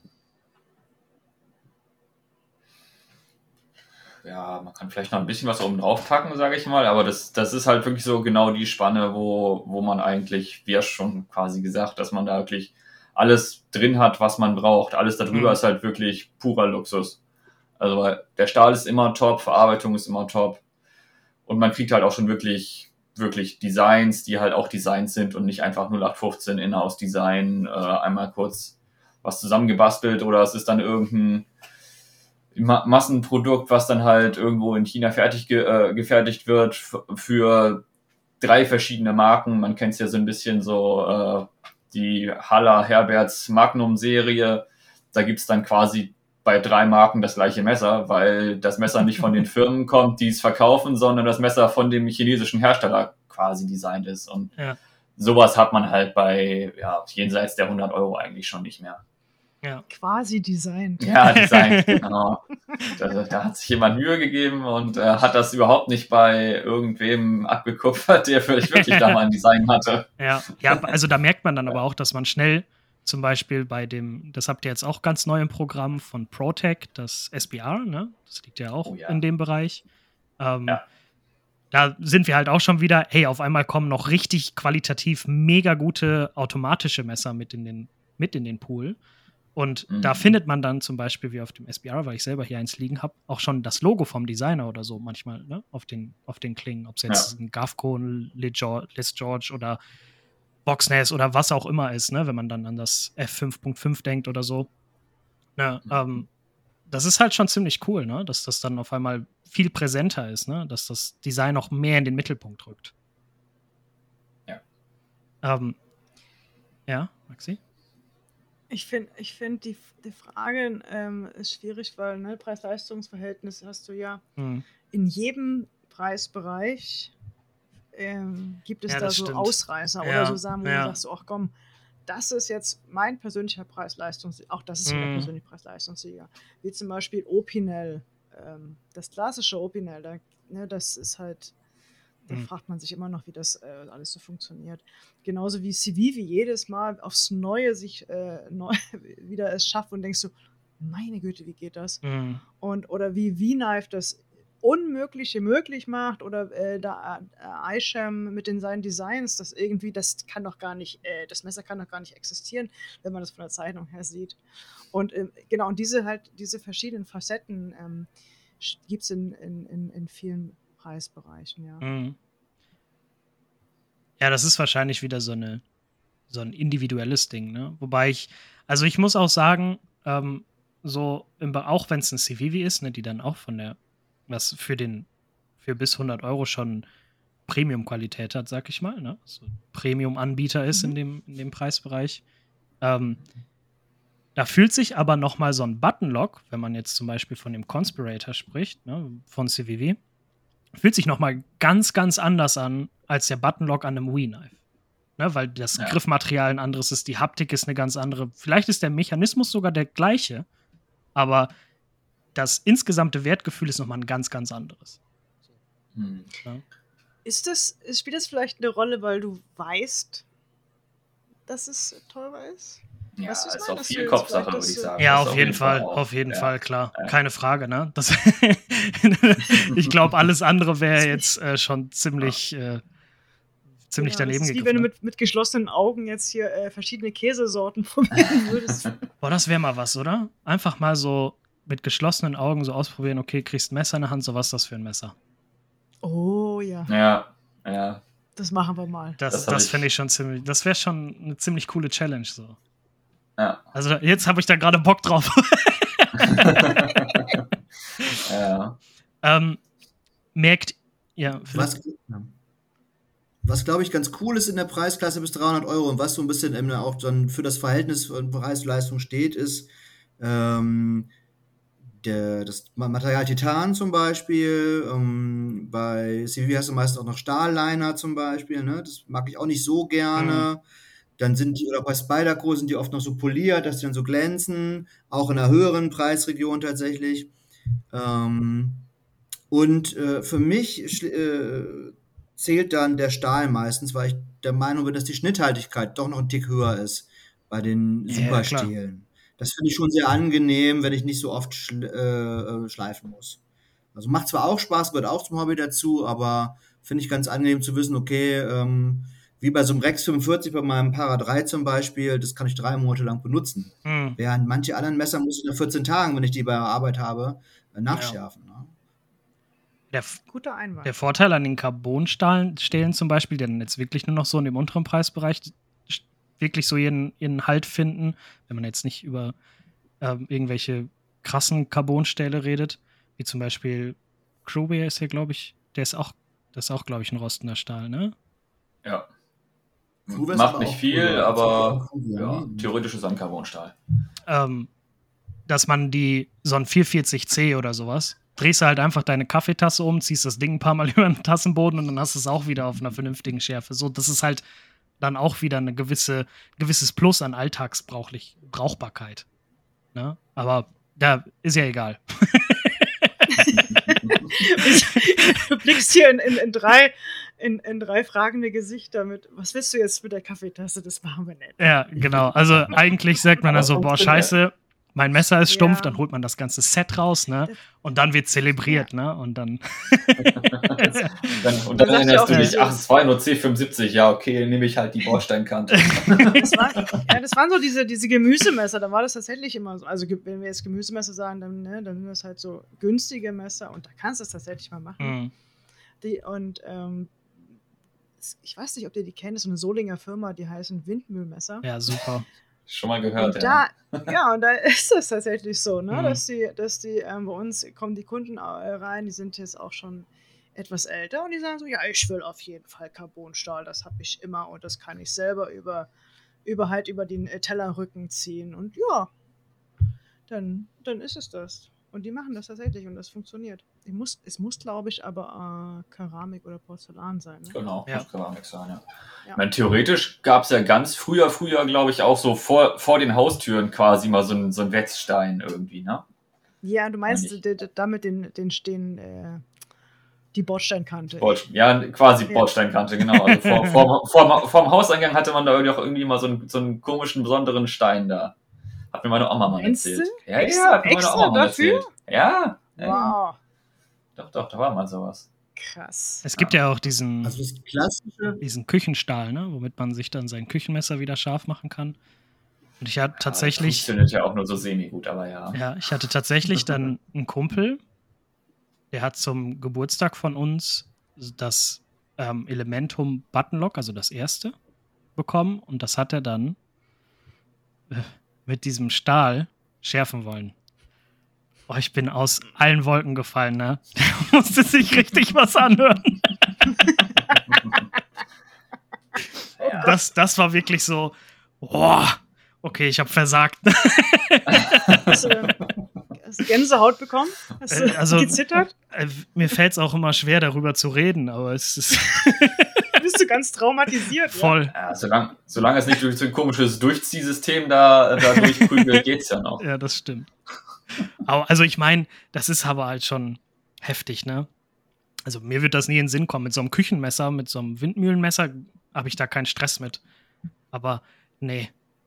Ja, man kann vielleicht noch ein bisschen was oben drauf packen, sage ich mal, aber das ist halt wirklich so genau die Spanne, wo man eigentlich, wie ja schon quasi gesagt, dass man da wirklich alles drin hat, was man braucht. Alles darüber ist halt wirklich purer Luxus. Also der Stahl ist immer top, Verarbeitung ist immer top und man kriegt halt auch schon wirklich Designs, die halt auch Designs sind und nicht einfach 0815 In-House-Design, einmal kurz was zusammengebastelt oder es ist dann irgendein Massenprodukt, was dann halt irgendwo in China gefertigt wird für 3 verschiedene Marken. Man kennt es ja so ein bisschen so die Haller Herberts Magnum-Serie. Da gibt's dann quasi bei 3 Marken das gleiche Messer, weil das Messer nicht von den Firmen kommt, die es verkaufen, sondern das Messer von dem chinesischen Hersteller quasi designt ist. Und sowas hat man halt bei jenseits der 100 Euro eigentlich schon nicht mehr. Ja. Quasi designt. Ja, designt, genau. Da hat sich jemand Mühe gegeben und hat das überhaupt nicht bei irgendwem abgekupfert, der vielleicht wirklich da mal ein Design hatte. Ja, also da merkt man dann aber auch, dass man schnell zum Beispiel bei das habt ihr jetzt auch ganz neu im Programm von ProTech, das SBR, ne? Das liegt ja auch in dem Bereich. Da sind wir halt auch schon wieder, hey, auf einmal kommen noch richtig qualitativ mega gute automatische Messer mit in den Pool. Und da findet man dann zum Beispiel wie auf dem SBR, weil ich selber hier eins liegen habe, auch schon das Logo vom Designer oder so manchmal, ne? Auf den Klingen. Ob es jetzt ein Gavco, ein Les George oder Boxness oder was auch immer ist, ne? Wenn man dann an das F5.5 denkt oder so. Ne? Das ist halt schon ziemlich cool, ne? Dass das dann auf einmal viel präsenter ist, ne? Dass das Design noch mehr in den Mittelpunkt rückt. Ja. Maxi? Ich finde die Frage ist schwierig, weil Preis-Leistungs-Verhältnis hast du ja in jedem Preisbereich gibt es da so stimmt. Ausreißer oder so Sachen, wo du sagst, ach komm, das ist jetzt mein persönlicher Preis-Leistungs-Sieger, auch das ist wieder persönlich Preis-Leistungssieger. Wie zum Beispiel Opinel, das klassische Opinel, das ist halt, da fragt man sich immer noch, wie das alles so funktioniert. Genauso wie Civivi jedes Mal aufs Neue sich wieder es schafft und denkst so, meine Güte, wie geht das? Oder wie V-Knife das Unmögliche möglich macht oder iSham mit seinen Designs, das kann doch gar nicht, das Messer kann doch gar nicht existieren, wenn man das von der Zeichnung her sieht. Und genau, und diese verschiedenen Facetten gibt es in vielen Preisbereichen, ja. Ja, das ist wahrscheinlich wieder so ein individuelles Ding, ne? Wobei ich muss auch sagen, auch wenn es ein Civivi ist, ne, die dann auch was für bis 100 Euro schon Premium-Qualität hat, sag ich mal, ne? So Premium-Anbieter ist in dem Preisbereich. Da fühlt sich aber noch mal so ein Buttonlock, wenn man jetzt zum Beispiel von dem Conspirator spricht, ne, von Civivi, fühlt sich noch mal ganz, ganz anders an als der Buttonlock an einem V-Knife. Ne, weil das Griffmaterial ein anderes ist, die Haptik ist eine ganz andere. Vielleicht ist der Mechanismus sogar der gleiche, aber das insgesamte Wertgefühl ist nochmal ein ganz, ganz anderes. Ja. Spielt das vielleicht eine Rolle, weil du weißt, dass es teurer ist? Ja, ist auch viel Kopfsache, würde ich sagen. Ja, auf jeden Fall, klar. Ja. Keine Frage, ne? Ich glaube, alles andere wäre jetzt schon ziemlich daneben gegriffen. Das ist wie wenn du mit geschlossenen Augen jetzt hier verschiedene Käsesorten probieren würdest. Boah, das wäre mal was, oder? Einfach mal so mit geschlossenen Augen so ausprobieren, okay, kriegst ein Messer in der Hand, so was ist das für ein Messer? Oh, ja. Ja. Das machen wir mal. Das finde ich schon das wäre schon eine ziemlich coole Challenge, so. Ja. Also jetzt habe ich da gerade Bock drauf. Ja. Merkt, ja. Was glaube ich ganz cool ist in der Preisklasse bis 300 Euro und was so ein bisschen auch dann für das Verhältnis von Preis-Leistung steht, ist das Material Titan zum Beispiel. Bei Civivi hast du meistens auch noch Stahlliner zum Beispiel, ne? Das mag ich auch nicht so gerne. Dann oder bei Spyderco sind die oft noch so poliert, dass die dann so glänzen, auch in einer höheren Preisregion tatsächlich. Und für mich zählt dann der Stahl meistens, weil ich der Meinung bin, dass die Schnitthaltigkeit doch noch ein Tick höher ist bei den Superstählen. Das finde ich schon sehr angenehm, wenn ich nicht so oft schleifen muss. Also macht zwar auch Spaß, gehört auch zum Hobby dazu, aber finde ich ganz angenehm zu wissen, okay, wie bei so einem Rex 45, bei meinem Para 3 zum Beispiel, das kann ich 3 Monate lang benutzen. Während manche anderen Messer muss ich nach 14 Tagen, wenn ich die bei der Arbeit habe, nachschärfen. Ne? Guter Einwand. Der Vorteil an den Carbonstählen zum Beispiel, die dann jetzt wirklich nur noch so in dem unteren Preisbereich wirklich so ihren Halt finden, wenn man jetzt nicht über irgendwelche krassen Carbonstähle redet, wie zum Beispiel Crowbear ist ja, glaube ich, das ist auch, glaube ich, ein rostender Stahl, ne? Ja. Crewbear ist Macht aber nicht auch viel, cool, aber ja. theoretisch ist ein Carbonstahl. Dass man so ein 440C oder sowas, drehst du halt einfach deine Kaffeetasse um, ziehst das Ding ein paar Mal über den Tassenboden und dann hast du es auch wieder auf einer vernünftigen Schärfe. So, das ist halt dann auch wieder ein gewisses Plus an Alltagsbrauchbarkeit. Ne? Aber ja, ist ja egal. Du blickst hier in drei fragende Gesichter mit, was willst du jetzt mit der Kaffeetasse? Das machen wir nicht. Ja, genau. Also eigentlich sagt man also, boah, scheiße, mein Messer ist stumpf, dann holt man das ganze Set raus, ne? Und dann wird zelebriert, ne? Und dann dann erinnerst du dich, ach, es war nur C75, ja, okay, nehme ich halt die Bordsteinkante. Das waren so diese Gemüsemesser, da war das tatsächlich immer so. Also wenn wir jetzt Gemüsemesser sagen, dann sind das halt so günstige Messer und da kannst du es tatsächlich mal machen. Ich weiß nicht, ob ihr die kennt, das ist so eine Solinger Firma, die heißen Windmühlmesser. Ja, super. Schon mal gehört, und da ist das tatsächlich so, ne? Dass die bei uns kommen die Kunden rein, die sind jetzt auch schon etwas älter und die sagen so, ja, ich will auf jeden Fall Carbonstahl, das habe ich immer und das kann ich selber über den Tellerrücken ziehen und ja, dann ist es das. Und die machen das tatsächlich und das funktioniert. Es muss, glaube ich, aber Keramik oder Porzellan sein. Ne? Genau, muss Keramik sein, ja. Ja. Ich meine, theoretisch gab es ja ganz früher, glaube ich, auch so vor den Haustüren quasi mal so ein Wetzstein irgendwie, ne? Ja, du meinst damit die Bordsteinkante. Quasi Bordsteinkante, genau. Also vorm Hauseingang hatte man da irgendwie mal so einen komischen, besonderen Stein da. Hat mir meine Oma mal erzählt. Ja, hat mir meine Oma mal erzählt. Ja. Wow. Doch, da war mal sowas. Krass. Es gibt ja auch diesen Küchenstahl, ne, womit man sich dann sein Küchenmesser wieder scharf machen kann. Und ich hatte tatsächlich. Das funktioniert ja auch nur so semi-gut, aber ja. Ja, ich hatte tatsächlich dann einen Kumpel, der hat zum Geburtstag von uns das Elementum Buttonlock, also das erste, bekommen und das hat er dann mit diesem Stahl schärfen wollen. Oh, ich bin aus allen Wolken gefallen, ne? Der musste sich richtig was anhören. Das war wirklich so, okay, ich habe versagt. Hast du Gänsehaut bekommen? Hast du gezittert? Mir fällt es auch immer schwer, darüber zu reden, aber es ist... Bist du ganz traumatisiert? Voll. Ja, solange es nicht durch so ein komisches Durchziehsystem da durchprügelt, geht's ja noch. Ja, das stimmt. Also ich meine, das ist aber halt schon heftig, ne? Also mir wird das nie in den Sinn kommen. Mit so einem Küchenmesser, mit so einem Windmühlenmesser habe ich da keinen Stress mit. Aber nee.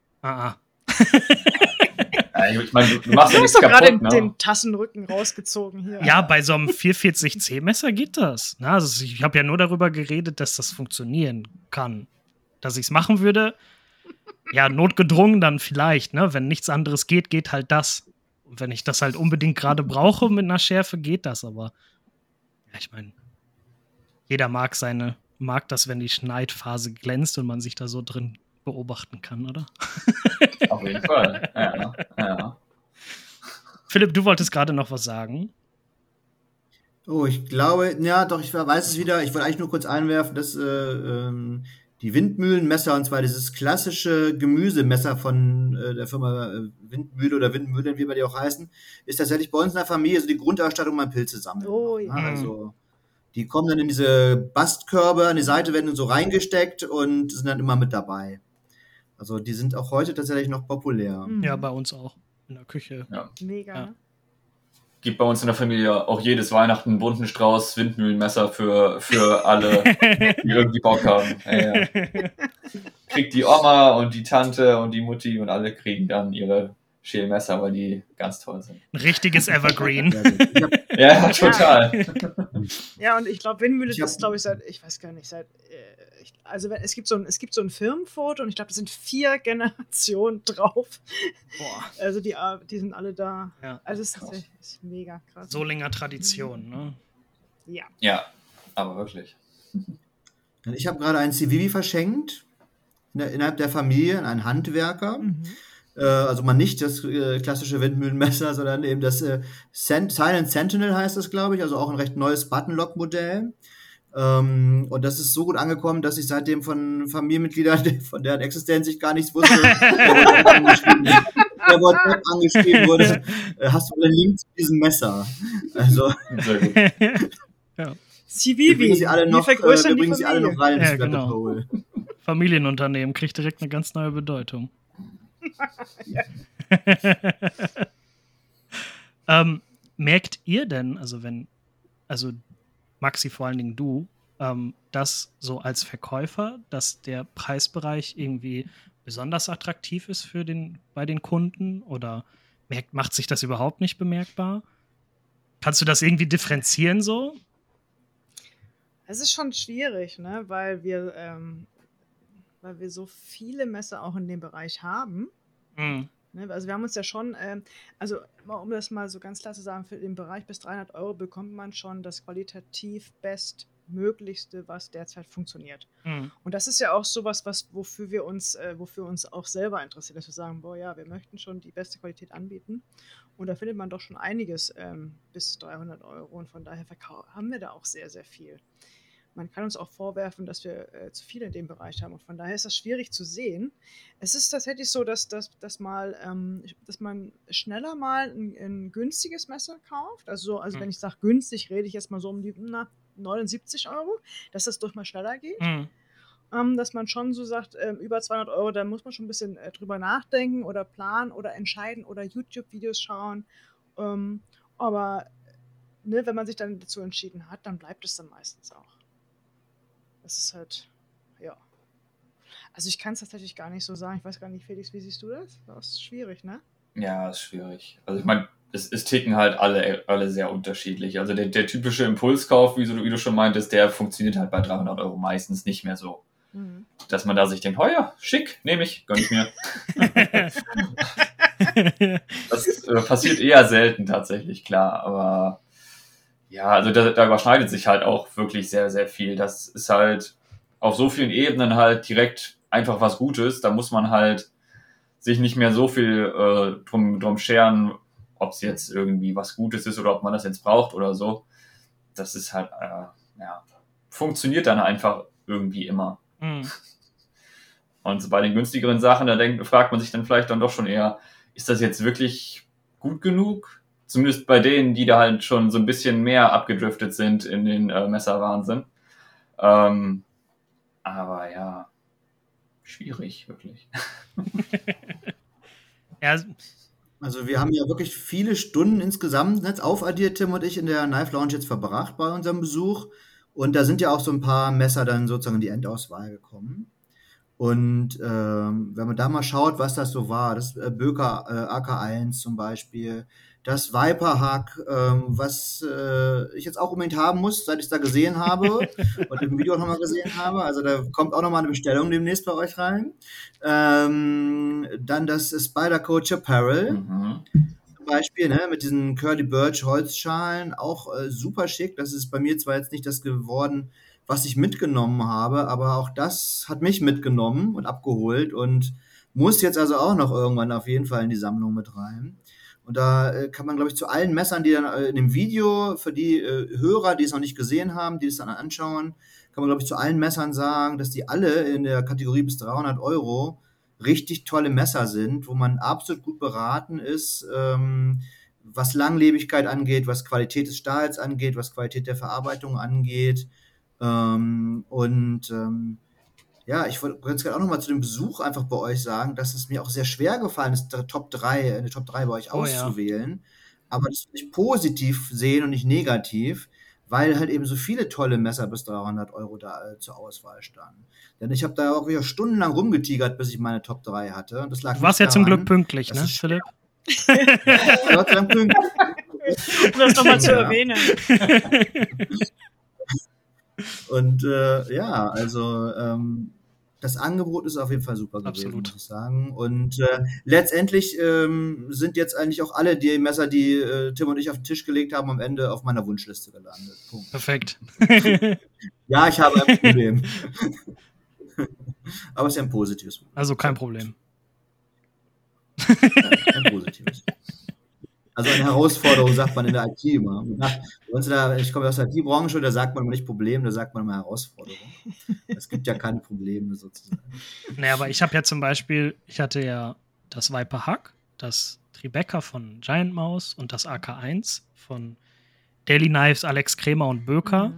Ich meine, du machst ja nichts kaputt, du hast doch gerade ne? den Tassenrücken rausgezogen hier. Ja, bei so einem 440C-Messer geht das. Na, also ich habe ja nur darüber geredet, dass das funktionieren kann. Dass ich es machen würde, ja, notgedrungen dann vielleicht, ne? Wenn nichts anderes geht halt das. Und wenn ich das halt unbedingt gerade brauche mit einer Schärfe, geht das. Aber ja, ich meine, jeder mag das, wenn die Schneidphase glänzt und man sich da so drin beobachten kann, oder? Auf jeden Fall, ja. Philipp, du wolltest gerade noch was sagen. Oh, ich glaube, ja, doch, ich weiß es wieder. Ich wollte eigentlich nur kurz einwerfen, dass die Windmühlenmesser, und zwar dieses klassische Gemüsemesser von der Firma Windmühle oder Windmühlen, wie wir die auch heißen, ist tatsächlich bei uns in der Familie so die Grundausstattung beim Pilze sammeln. Oh, ja. Also die kommen dann in diese Bastkörbe, an die Seite werden so reingesteckt und sind dann immer mit dabei. Also die sind auch heute tatsächlich noch populär. Ja, bei uns auch. In der Küche. Ja. Mega. Ja. Gibt bei uns in der Familie auch jedes Weihnachten einen bunten Strauß Windmühlenmesser für alle, die irgendwie Bock haben. Ja. Kriegt die Oma und die Tante und die Mutti und alle kriegen dann ihre Schälmesser, weil die ganz toll sind. Ein richtiges Evergreen. Ja, total. Ja, und ich glaube, Windmühle Ich hab- ist, glaube ich, ich weiß gar nicht, es gibt so ein Firmenfoto und ich glaube, da sind 4 Generationen drauf. Boah, Also die sind alle da. ja. Also es ist mega krass. Solinger Tradition, ne? Ja. Ja, aber wirklich. Ich habe gerade ein Civivi verschenkt, innerhalb der Familie, an einen Handwerker. Mhm. Also mal nicht das klassische Windmühlenmesser, sondern eben das Silent Sentinel heißt das, glaube ich, also auch ein recht neues Buttonlock-Modell. Und das ist so gut angekommen, dass ich seitdem von Familienmitgliedern, von deren Existenz ich gar nichts wusste, per WhatsApp angeschrieben wurde, hast du einen Link zu diesem Messer? Also Sehr gut. Ja. wir Civivi, bringen sie alle noch, wir vergrößern die bringen sie alle Familie. noch rein ins Ja, Rabbit genau. Hole. Familienunternehmen kriegt direkt eine ganz neue Bedeutung. Merkt ihr denn, also Maxi, vor allen Dingen du, dass so als Verkäufer, dass der Preisbereich irgendwie besonders attraktiv ist bei den Kunden oder macht sich das überhaupt nicht bemerkbar? Kannst du das irgendwie differenzieren so? Es ist schon schwierig, ne? Weil wir so viele Messer auch in dem Bereich haben. Mhm. Ne? Also wir haben uns ja schon, also um das mal so ganz klar zu sagen, für den Bereich bis 300 € bekommt man schon das qualitativ bestmöglichste, was derzeit funktioniert. Mhm. Und das ist ja auch sowas, wofür wir uns auch selber interessieren, dass wir sagen, boah ja, wir möchten schon die beste Qualität anbieten. Und da findet man doch schon einiges bis 300 € und von daher haben wir da auch sehr, sehr viel. Man kann uns auch vorwerfen, dass wir zu viel in dem Bereich haben und von daher ist das schwierig zu sehen. Es ist tatsächlich so, dass man schneller mal ein günstiges Messer kauft. Also wenn ich sage günstig, rede ich jetzt mal so um die 79 €, dass das durch mal schneller geht. Mhm. Dass man schon so sagt, über 200 €, da muss man schon ein bisschen drüber nachdenken oder planen oder entscheiden oder YouTube-Videos schauen. Aber ne, wenn man sich dann dazu entschieden hat, dann bleibt es dann meistens auch. Das ist halt, ja. Also ich kann es tatsächlich gar nicht so sagen. Ich weiß gar nicht, Felix, wie siehst du das? Das ist schwierig, ne? Ja, ist schwierig. Also ich meine, es ticken halt alle sehr unterschiedlich. Also der typische Impulskauf, wie du schon meintest, der funktioniert halt bei 300 € meistens nicht mehr so. Mhm. Dass man da sich denkt, oh ja, schick, nehme ich, gönn ich mir. Das passiert eher selten tatsächlich, klar. Aber ja, also da überschneidet sich halt auch wirklich sehr, sehr viel. Das ist halt auf so vielen Ebenen halt direkt einfach was Gutes. Da muss man halt sich nicht mehr so viel drum scheren, ob es jetzt irgendwie was Gutes ist oder ob man das jetzt braucht oder so. Das ist halt, funktioniert dann einfach irgendwie immer. Mhm. Und so bei den günstigeren Sachen, fragt man sich dann vielleicht dann doch schon eher, ist das jetzt wirklich gut genug? Zumindest bei denen, die da halt schon so ein bisschen mehr abgedriftet sind in den Messerwahnsinn. Aber ja, schwierig, wirklich. Ja, Also wir haben ja wirklich viele Stunden insgesamt jetzt aufaddiert, Tim und ich, in der Knife Lounge jetzt verbracht bei unserem Besuch. Und da sind ja auch so ein paar Messer dann sozusagen in die Endauswahl gekommen. Und wenn man da mal schaut, was das so war, das Böker AK1 zum Beispiel, das Viper Hack, was ich jetzt auch unbedingt haben muss, seit ich es da gesehen habe und im Video auch nochmal gesehen habe. Also da kommt auch nochmal eine Bestellung demnächst bei euch rein. Dann das Spyderco Apparel. Mhm. Zum Beispiel, ne, mit diesen Curly Birch Holzschalen, auch super schick. Das ist bei mir zwar jetzt nicht das geworden, was ich mitgenommen habe, aber auch das hat mich mitgenommen und abgeholt und muss jetzt also auch noch irgendwann auf jeden Fall in die Sammlung mit rein. Und da kann man, glaube ich, zu allen Messern, die dann in dem Video, für die Hörer, die es noch nicht gesehen haben, die es dann anschauen, kann man, glaube ich, zu allen Messern sagen, dass die alle in der Kategorie bis 300 € richtig tolle Messer sind, wo man absolut gut beraten ist, was Langlebigkeit angeht, was Qualität des Stahls angeht, was Qualität der Verarbeitung angeht. Ja, ich wollte ganz gerne auch nochmal zu dem Besuch einfach bei euch sagen, dass es mir auch sehr schwer gefallen ist, eine Top 3 bei euch auszuwählen. Aber das will ich positiv sehen und nicht negativ, weil halt eben so viele tolle Messer bis 300 € da zur Auswahl standen. Denn ich habe da auch wieder stundenlang rumgetigert, bis ich meine Top 3 hatte. Und das lag du warst ja zum Glück pünktlich, ne, Philipp? Gott sei Dank pünktlich. Um das nochmal zu erwähnen. Und ja, also das Angebot ist auf jeden Fall super gewesen, Absolut. muss ich sagen. Und letztendlich sind jetzt eigentlich auch alle die Messer, die Tim und ich auf den Tisch gelegt haben, am Ende auf meiner Wunschliste gelandet. Punkt. Perfekt. Ja, ich habe ein Problem. Aber es ist ja ein positives Problem. Also kein Problem. Ein positives. Also eine Herausforderung sagt man in der IT immer. Ich komme aus der IT-Branche, da sagt man immer nicht Problem, da sagt man immer Herausforderung. Es gibt ja keine Probleme sozusagen. Naja, aber ich habe ja zum Beispiel, ich hatte ja das Viper Hug, das Tribeca von Giant Mouse und das AK1 von Daily Knives, Alex Krämer und Böker.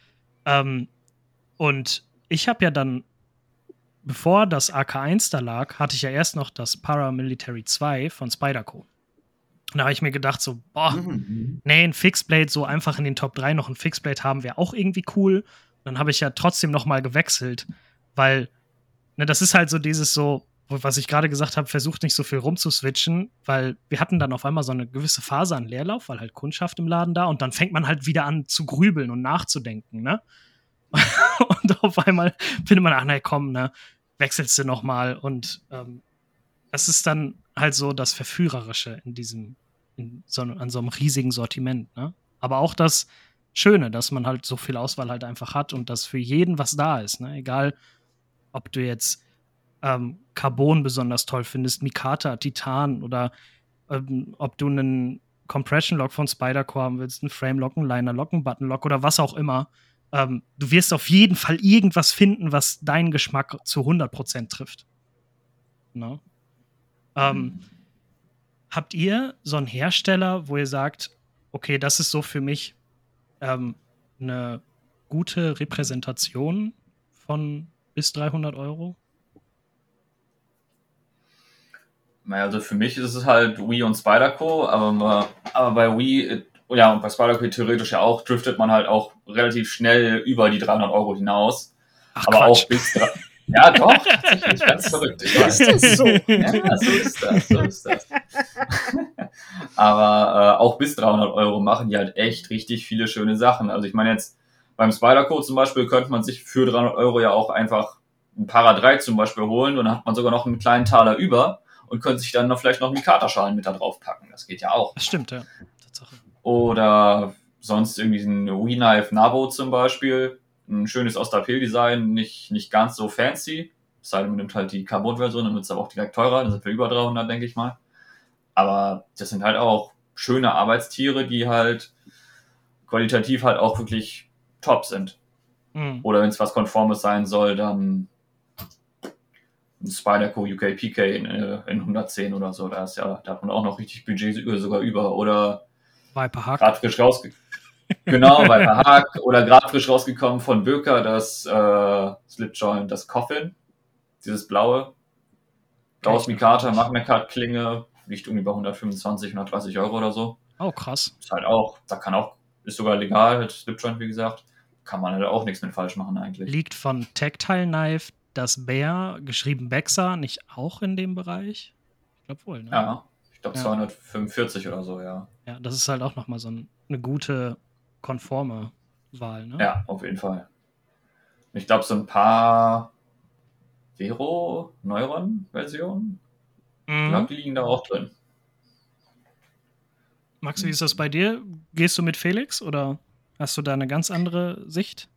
Und ich habe ja dann, bevor das AK1 da lag, hatte ich ja erst noch das Paramilitary 2 von Spyderco. Und da habe ich mir gedacht so, nee, ein Fixblade, so einfach in den Top 3 noch ein Fixblade haben, wäre auch irgendwie cool. Und dann habe ich ja trotzdem noch mal gewechselt, weil, ne, das ist halt so dieses so, was ich gerade gesagt habe, versucht nicht so viel rumzuswitchen, weil wir hatten dann auf einmal so eine gewisse Phase an Leerlauf, weil halt Kundschaft im Laden da und dann fängt man halt wieder an zu grübeln und nachzudenken, ne? Und auf einmal findet man, ach nee, komm, ne, wechselst du noch mal und das ist dann halt so das Verführerische an so einem riesigen Sortiment, ne? Aber auch das Schöne, dass man halt so viel Auswahl halt einfach hat und dass für jeden was da ist, ne? Egal, ob du jetzt Carbon besonders toll findest, Mikata, Titan oder ob du einen Compression Lock von Spyderco haben willst, einen Frame Lock, einen Liner Lock, einen Button Lock oder was auch immer. Du wirst auf jeden Fall irgendwas finden, was deinen Geschmack zu 100% trifft. No? Habt ihr so einen Hersteller, wo ihr sagt, okay, das ist so für mich eine gute Repräsentation von bis 300 Euro? Naja, also für mich ist es halt Wii und Spyderco, aber bei Wii, ja, und bei Spyderco theoretisch ja auch, driftet man halt auch relativ schnell über die 300 Euro hinaus. Ach, aber Quatsch. auch bis ja, doch, tatsächlich, ganz verrückt. Ist das so? Ja, so ist das. Aber auch bis 300 Euro machen die halt echt richtig viele schöne Sachen. Also ich meine jetzt, beim Spyderco zum Beispiel könnte man sich für 300 Euro ja auch einfach ein Para 3 zum Beispiel holen und dann hat man sogar noch einen kleinen Taler über und könnte sich dann vielleicht noch Mikata-Schalen mit da drauf packen. Das geht ja auch. Das stimmt, ja. Tatsache. Oder sonst irgendwie ein Wii-Knife Nabo zum Beispiel. Ein schönes Ostapel-Design, nicht ganz so fancy. Es sei denn, man nimmt halt die Carbon-Version, dann wird es aber auch direkt teurer. Dann sind wir über 300, denke ich mal. Aber das sind halt auch schöne Arbeitstiere, die halt qualitativ halt auch wirklich top sind. Mhm. Oder wenn es was Konformes sein soll, dann ein Spyderco UK PK in 110 oder so. Da hat man auch noch richtig Budget sogar über. Oder Viper Hug. gerade frisch rausgekommen. Genau, Viper Hug. Oder gerade frisch rausgekommen von Böker, das Slipjoint, das Coffin. Dieses blaue. Aus Mikata, Magna-Card-Klinge. Liegt irgendwie bei 125, 130 Euro oder so. Oh, krass. Ist halt auch, ist sogar legal, halt Slipjoint, wie gesagt. Kann man halt auch nichts mit falsch machen eigentlich. Liegt von Tactile Knife das Bear, geschrieben Bexa, nicht auch in dem Bereich? Ich glaube wohl, ne? Ja, ich glaube 245 oder so, ja. Ja, das ist halt auch nochmal so eine gute, konforme Wahl, ne? Ja, auf jeden Fall. Ich glaube, so ein paar Vero-Neuron-Versionen, ich glaube, die liegen da auch drin. Max, wie ist das bei dir? Gehst du mit Felix oder hast du da eine ganz andere Sicht?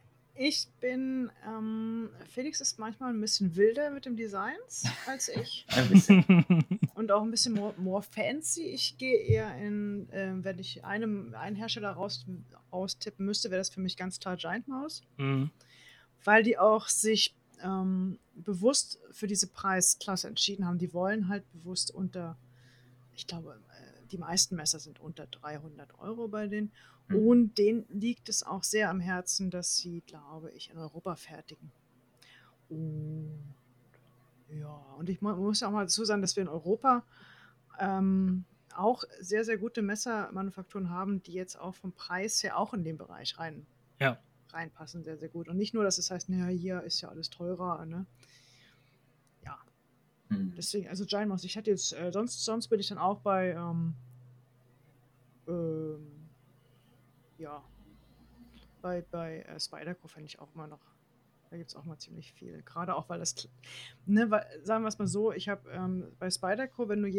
Felix ist manchmal ein bisschen wilder mit den Designs als ich. Ein bisschen. Und auch ein bisschen more fancy. Ich gehe eher wenn ich einen Hersteller raustippen müsste, wäre das für mich ganz klar Giant Mouse. Mhm. Weil die auch sich bewusst für diese Preisklasse entschieden haben. Die wollen halt bewusst ich glaube, die meisten Messer sind unter 300 Euro bei denen. Und denen liegt es auch sehr am Herzen, dass sie, glaube ich, in Europa fertigen. Und ich muss ja auch mal dazu sagen, dass wir in Europa auch sehr, sehr gute Messermanufakturen haben, die jetzt auch vom Preis her auch in den Bereich reinpassen, sehr, sehr gut. Und nicht nur, dass es heißt, naja, hier ist ja alles teurer, ne? Ja. Deswegen, also Giant Mouse, ich hatte jetzt, sonst bin ich dann auch bei ja, bei Spyderco fände ich auch immer noch, da gibt es auch mal ziemlich viel. Gerade auch, weil das, ne, weil, sagen wir es mal so, ich habe bei Spyderco, wenn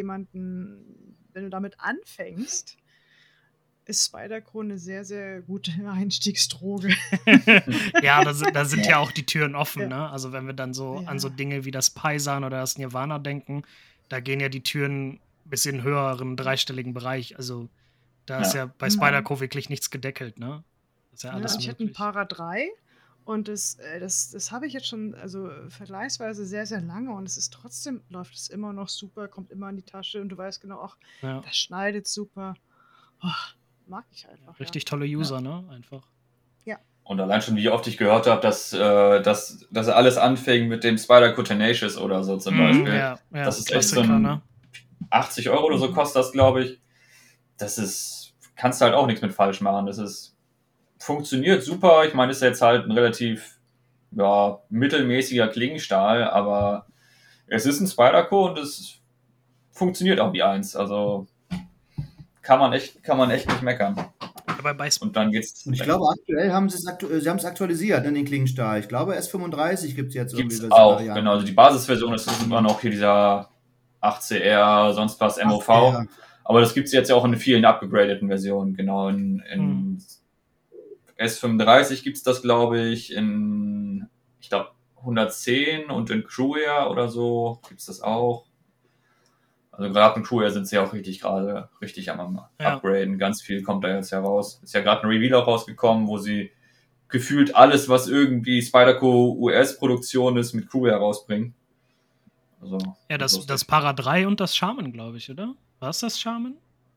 du damit anfängst, ist Spyderco eine sehr, sehr gute Einstiegsdroge. Ja, da sind ja auch die Türen offen, Ja. ne? Also wenn wir dann so Ja. an so Dinge wie das Paisan oder das Nirvana denken, da gehen ja die Türen bis in höheren dreistelligen Bereich. Also da ist ja bei Spyderco wirklich nichts gedeckelt, ne? Das ist ja alles Ich hatte ein möglich. Para 3 und das habe ich jetzt schon vergleichsweise sehr, sehr lange und läuft es immer noch super, kommt immer in die Tasche und du weißt genau, ach, Ja. das schneidet super. Oh, mag ich einfach. Richtig tolle User, ne? Einfach. Und allein schon, wie oft ich gehört habe, dass alles anfing mit dem Spyderco Tenacious oder so zum Beispiel. Ja, das ist echt so Klassiker, ein ne? 80 € oder so kostet das, glaube ich. Kannst du halt auch nichts mit falsch machen. Funktioniert super. Ich meine, ist jetzt halt ein relativ mittelmäßiger Klingenstahl, aber es ist ein Spyderco und es funktioniert auch wie eins. Also kann man echt nicht meckern. Aber und dann geht's. Und ich glaube, aktuell haben sie es aktualisiert, den Klingenstahl. Ich glaube, S35 gibt es jetzt Gibt's irgendwie. auch, genau. Also die Basisversion ist immer noch hier dieser 8CR, sonst was MOV. 8CR. Aber das gibt es jetzt ja auch in vielen abgegradeten Versionen. Genau, in S35 gibt es das, glaube ich, ich glaube, 110 und in Crew Air oder so gibt es das auch. Also gerade in Crew Air sind sie ja auch richtig am Upgraden. Ganz viel kommt da jetzt heraus. Ist ja gerade ein Reveal auch rausgekommen, wo sie gefühlt alles, was irgendwie Spyderco US-Produktion ist, mit Crew Air rausbringen. Also, ja, das Para 3 und das Shaman, glaube ich, oder? War es das Shaman?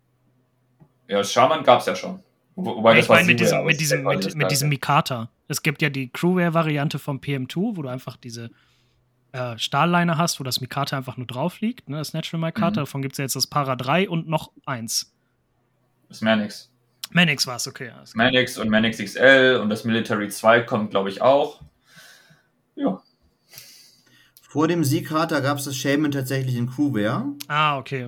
Ja, das Shaman gab es ja schon. Wobei ich meine mit diesem Mikata. Es gibt ja die Crewwear-Variante vom PM2, wo du einfach diese Stahlleine hast, wo das Mikata einfach nur drauf liegt, ne? Das Natural Mikata. Davon gibt es ja jetzt das Para 3 und noch eins. Das Manix. Manix war es, okay. Ja, Manix und Manix XL und das Military 2 kommt, glaube ich, auch. Ja. Vor dem Seakrater gab es das Shaman tatsächlich in Crewwear. Okay.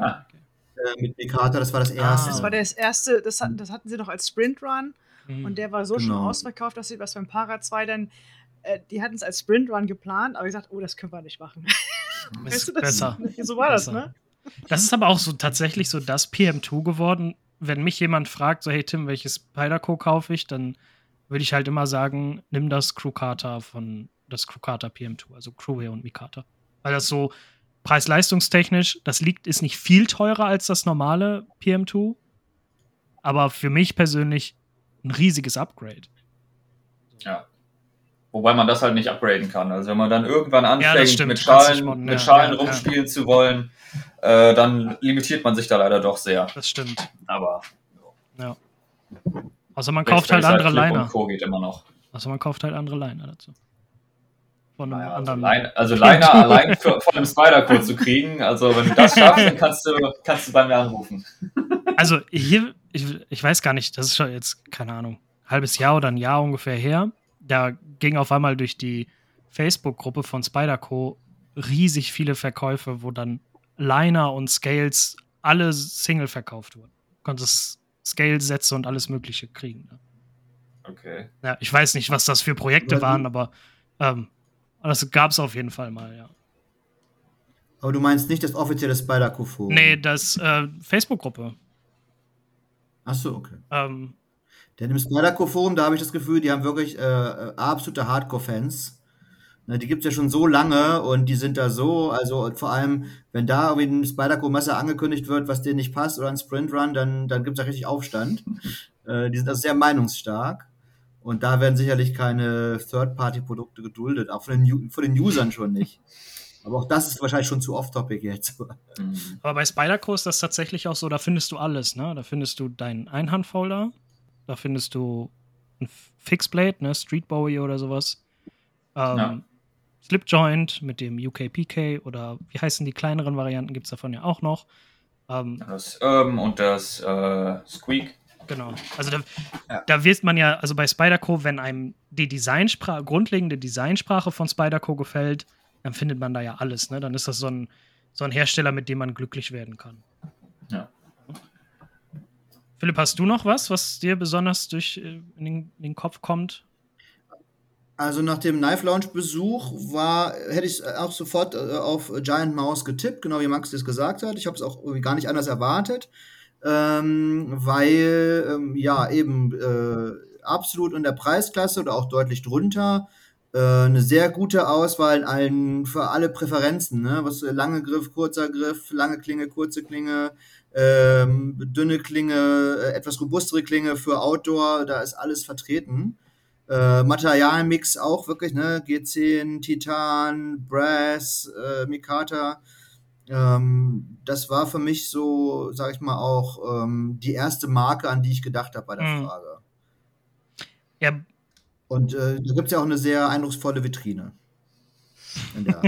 Mit Mikata, das war das erste. Das war das erste, das hatten sie noch als Sprintrun und der war so schon ausverkauft, dass sie was beim Para 2 dann, die hatten es als Sprintrun geplant, aber gesagt, das können wir nicht machen. Weißt du, besser. So war das, ne? Das ist aber auch so tatsächlich so das PM2 geworden. Wenn mich jemand fragt, so, hey Tim, welches Spyderco kaufe ich, dann würde ich halt immer sagen, nimm das Crewkata PM2, also Crewwear und Mikata. Weil das so preis-leistungstechnisch, ist nicht viel teurer als das normale PM2, aber für mich persönlich ein riesiges Upgrade. Ja. Wobei man das halt nicht upgraden kann. Also wenn man dann irgendwann anfängt, mit Schalen rumspielen zu wollen, dann limitiert man sich da leider doch sehr. Das stimmt. Aber ja. Also man kauft halt andere Liner. Co. geht immer noch. Also man kauft halt andere Liner dazu. Von einem anderen Liner allein von einem Spyderco zu kriegen, also wenn du das schaffst, dann kannst du bei mir anrufen. Also hier, ich weiß gar nicht, das ist schon jetzt, keine Ahnung, ein halbes Jahr oder ein Jahr ungefähr her, da ging auf einmal durch die Facebook-Gruppe von Spyderco riesig viele Verkäufe, wo dann Liner und Scales alle Single verkauft wurden. Du konntest Scale-Sätze und alles Mögliche kriegen. Ne? Okay. Ja, ich weiß nicht, was das für Projekte waren, aber das gab es auf jeden Fall mal, ja. Aber du meinst nicht das offizielle Spyderco-Forum? Nee, das Facebook-Gruppe. Achso, okay. Denn im Spyderco-Forum, da habe ich das Gefühl, die haben wirklich absolute Hardcore-Fans. Ne, die gibt es ja schon so lange und die sind da so, also vor allem, wenn da irgendwie ein Spyderco-Messer angekündigt wird, was denen nicht passt oder ein Sprintrun, dann gibt es da richtig Aufstand. Die sind also sehr meinungsstark. Und da werden sicherlich keine Third-Party-Produkte geduldet, auch von den Usern schon nicht. Aber auch das ist wahrscheinlich schon zu off-topic jetzt. Aber bei Spyderco ist das tatsächlich auch so, da findest du alles, ne? Da findest du deinen Einhandfolder, da findest du ein Fixblade, ne? Street Bowie oder sowas. Slipjoint mit dem UKPK oder wie heißen die kleineren Varianten, gibt es davon ja auch noch. Das und das Squeak. Genau. Also da wird man ja, also bei Spyderco, wenn einem die grundlegende Designsprache von Spyderco gefällt, dann findet man da ja alles, ne? Dann ist das so ein Hersteller, mit dem man glücklich werden kann. Ja. Philipp, hast du noch was dir besonders in den Kopf kommt? Also nach dem Knife Lounge Besuch hätte ich auch sofort auf Giant Mouse getippt, genau wie Max das gesagt hat. Ich habe es auch irgendwie gar nicht anders erwartet, weil ja eben absolut in der Preisklasse oder auch deutlich drunter. Eine sehr gute Auswahl für alle Präferenzen, ne? Was lange Griff, kurzer Griff, lange Klinge, kurze Klinge, dünne Klinge, etwas robustere Klinge für Outdoor, da ist alles vertreten. Materialmix auch wirklich, ne? G10, Titan, Brass, Mikata. Das war für mich so, sag ich mal, auch die erste Marke, an die ich gedacht habe bei der Frage. Ja. Und da gibt es ja auch eine sehr eindrucksvolle Vitrine. In der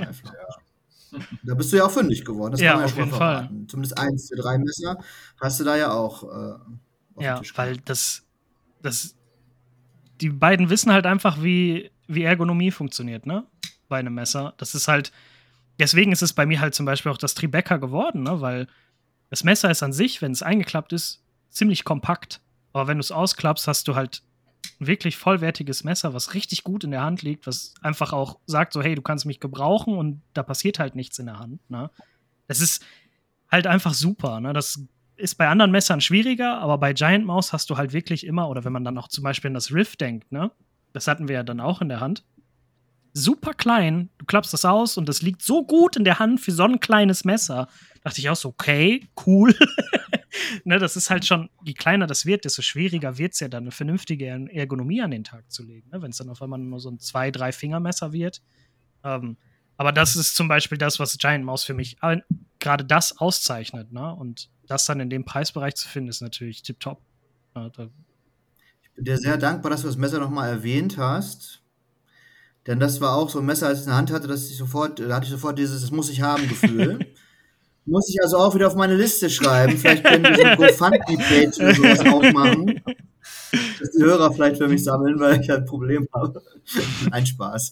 Da bist du ja auch fündig geworden, das kann man ja schon mal verraten. Zumindest 1 der 3 Messer hast du da ja auch auf dem Tisch gehabt. Weil die beiden wissen halt einfach, wie Ergonomie funktioniert, ne? Bei einem Messer. Das ist halt, deswegen ist es bei mir halt zum Beispiel auch das Tribeca geworden, ne? Weil das Messer ist an sich, wenn es eingeklappt ist, ziemlich kompakt. Aber wenn du es ausklappst, hast du halt ein wirklich vollwertiges Messer, was richtig gut in der Hand liegt, was einfach auch sagt so, hey, du kannst mich gebrauchen und da passiert halt nichts in der Hand, ne? Das ist halt einfach super, ne? Das ist bei anderen Messern schwieriger, aber bei Giant Mouse hast du halt wirklich immer, oder wenn man dann auch zum Beispiel an das Riff denkt, ne? Das hatten wir ja dann auch in der Hand. Super klein, du klappst das aus und das liegt so gut in der Hand für so ein kleines Messer. Dachte ich auch so, okay, cool. Ne, das ist halt schon, je kleiner das wird, desto schwieriger wird es ja dann, eine vernünftige Ergonomie an den Tag zu legen. Ne? Wenn es dann auf einmal nur so ein 2-3-Finger-Messer wird. Aber das ist zum Beispiel das, was Giant Mouse für mich gerade das auszeichnet. Ne? Und das dann in dem Preisbereich zu finden, ist natürlich tipptopp. Ja, ich bin dir sehr dankbar, dass du das Messer nochmal erwähnt hast. Denn das war auch so ein Messer, als ich es in der Hand hatte, da hatte ich sofort dieses "Das muss ich haben" Gefühl. Muss ich also auch wieder auf meine Liste schreiben. Vielleicht können wir so eine GoFundMe-Page oder sowas aufmachen. Dass die Hörer vielleicht für mich sammeln, weil ich halt ein Problem habe. Ein Spaß.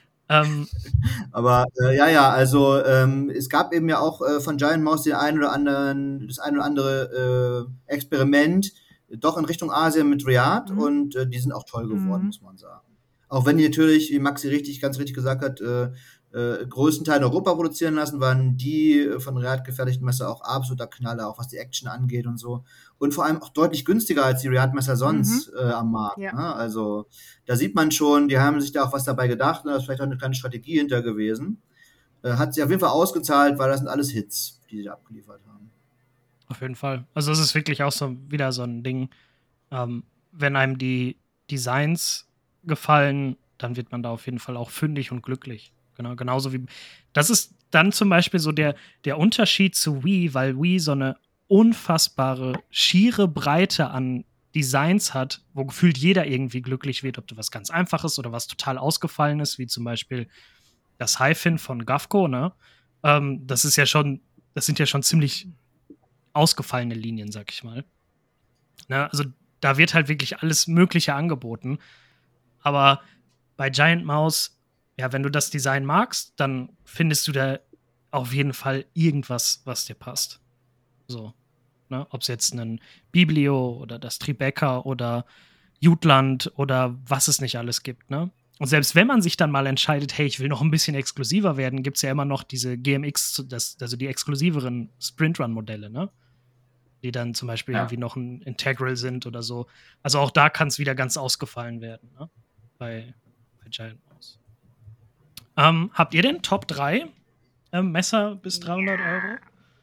Aber also es gab eben ja auch von Giant Mouse das ein oder andere Experiment, doch in Richtung Asien mit Riyadh und die sind auch toll geworden, muss man sagen. Auch wenn die natürlich, wie Maxi ganz richtig gesagt hat, größtenteils in Europa produzieren lassen, waren die von Riyadh gefertigten Messer auch absoluter Knaller, auch was die Action angeht und so. Und vor allem auch deutlich günstiger als die Riyadh-Messer sonst am Markt. Ja. Ne? Also da sieht man schon, die haben sich da auch was dabei gedacht, ne? Da ist vielleicht auch eine kleine Strategie hinter gewesen. Hat sich auf jeden Fall ausgezahlt, weil das sind alles Hits, die sie da abgeliefert haben. Auf jeden Fall. Also es ist wirklich auch wieder so ein Ding, wenn einem die Designs gefallen, dann wird man da auf jeden Fall auch fündig und glücklich. Genauso wie, das ist dann zum Beispiel so der Unterschied zu Wii, weil Wii so eine unfassbare, schiere Breite an Designs hat, wo gefühlt jeder irgendwie glücklich wird, ob du was ganz Einfaches oder was total Ausgefallenes, wie zum Beispiel das Hi-Fin von Gavco, ne? Das sind ja schon ziemlich ausgefallene Linien, sag ich mal. Ne? Also da wird halt wirklich alles Mögliche angeboten. Aber bei Giant Mouse, ja, wenn du das Design magst, dann findest du da auf jeden Fall irgendwas, was dir passt. So, ne? Ob es jetzt ein Biblio oder das Tribeca oder Jutland oder was es nicht alles gibt, ne? Und selbst wenn man sich dann mal entscheidet, hey, ich will noch ein bisschen exklusiver werden, gibt es ja immer noch diese GMX, also die exklusiveren Sprintrun-Modelle, ne? Die dann zum Beispiel irgendwie noch ein Integral sind oder so. Also auch da kann es wieder ganz ausgefallen werden, ne? Bei Giant Mouse. Habt ihr denn Top 3 Messer bis 300 Euro?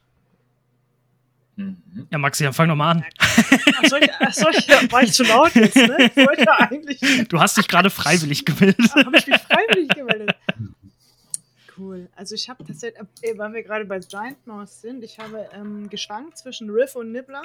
Mhm. Ja, Maxi, dann fang doch mal an. War ich zu laut jetzt, ne? Ich wollte eigentlich. Du hast dich gerade freiwillig gemeldet. Habe ich mich freiwillig gemeldet? Cool. Also ich habe tatsächlich, weil wir gerade bei Giant Mouse sind, ich habe geschwankt zwischen Riff und Nibbler.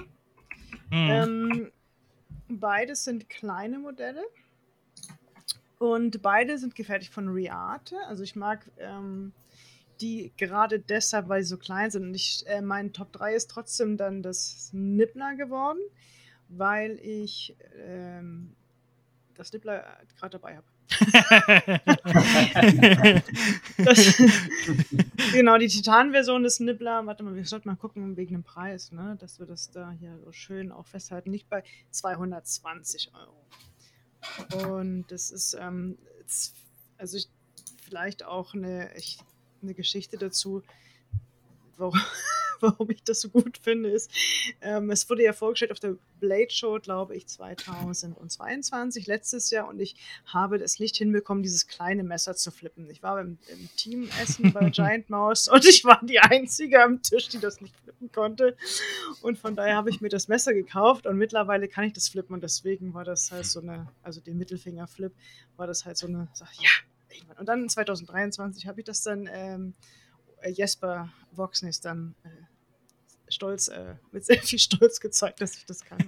Beides sind kleine Modelle. Und beide sind gefertigt von Riyadh. Also ich mag die gerade deshalb, weil sie so klein sind. Und mein Top 3 ist trotzdem dann das Nibbler geworden, weil ich das Nibbler gerade dabei habe. Genau, die Titan-Version des Nibbler, warte mal, wir sollten mal gucken wegen dem Preis, ne? Dass wir das da hier so schön auch festhalten, liegt bei 220 €. Und das ist, vielleicht auch eine Geschichte dazu, warum ich das so gut finde, ist, es wurde ja vorgestellt auf der Blade Show, glaube ich, 2022, letztes Jahr, und ich habe es nicht hinbekommen, dieses kleine Messer zu flippen. Ich war im Teamessen bei Giant Mouse und ich war die Einzige am Tisch, die das nicht flippen konnte. Und von daher habe ich mir das Messer gekauft und mittlerweile kann ich das flippen und deswegen war das halt so eine, also den Mittelfinger-Flip, war das halt so eine Sache, ja, irgendwann. Und dann 2023 habe ich das dann Jesper Voxnis dann mit sehr viel Stolz gezeigt, dass ich das kann.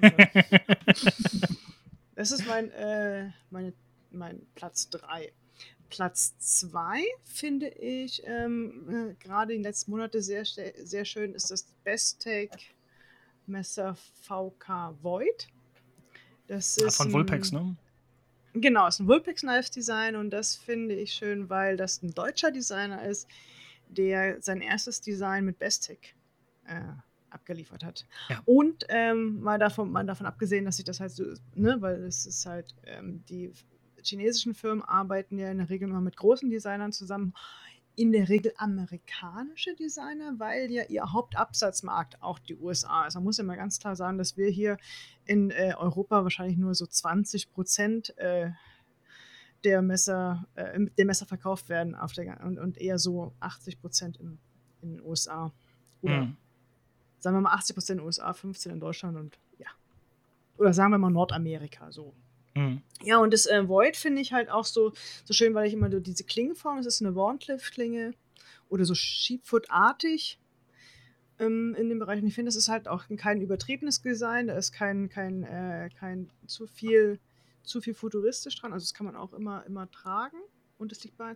Das ist mein Platz 3. Platz 2 finde ich gerade in den letzten Monaten sehr, sehr schön, ist das Bestech Messer VK Void. Das ist von Vulpex, ne? Genau, ist ein Vulpex Knife Design und das finde ich schön, weil das ein deutscher Designer ist, der sein erstes Design mit Bestech abgeliefert hat. Ja. Und mal davon abgesehen, dass ich das halt so, ne, weil es ist halt, die chinesischen Firmen arbeiten ja in der Regel immer mit großen Designern zusammen, in der Regel amerikanische Designer, weil ja ihr Hauptabsatzmarkt auch die USA ist. Man muss ja mal ganz klar sagen, dass wir hier in Europa wahrscheinlich nur so 20% der Messer verkauft werden und eher so 80% in den USA. Oder sagen wir mal 80% in den USA, 15% in Deutschland und ja. Oder sagen wir mal Nordamerika, so. Ja, und das Void finde ich halt auch so schön, weil ich immer so diese Klingenform, es ist eine Wharncliffe-Klinge oder so Sheepfoot-artig in dem Bereich. Und ich finde, das ist halt auch kein übertriebenes Design, da ist kein zu viel futuristisch dran. Also das kann man auch immer tragen und es liegt bei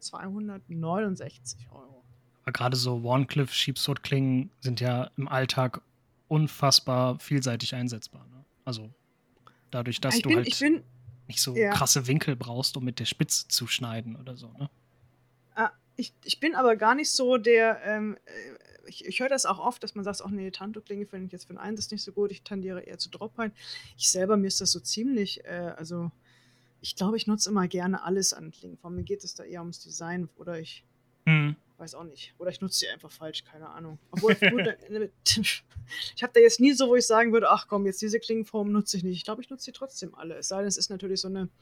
269 €. Aber gerade so Wharncliffe Sheepsword-Klingen sind ja im Alltag unfassbar vielseitig einsetzbar. Ne? Also dadurch, dass du nicht so krasse Winkel brauchst, um mit der Spitze zu schneiden oder so. Ne? Ich bin aber gar nicht so der, ich höre das auch oft, dass man sagt, ach nee, Tanto-Klinge finde ich jetzt für den Einsatz nicht so gut, ich tendiere eher zu Drop-Rein. Ich selber, mir ist das so ziemlich, also ich glaube, ich nutze immer gerne alles an Klingenformen. Mir geht es da eher ums Design oder ich weiß auch nicht. Oder ich nutze sie einfach falsch, keine Ahnung. Obwohl, gut, ich habe da jetzt nie so, wo ich sagen würde, ach komm, jetzt diese Klingenform nutze ich nicht. Ich glaube, ich nutze sie trotzdem alle. Es sei denn, es ist natürlich so eine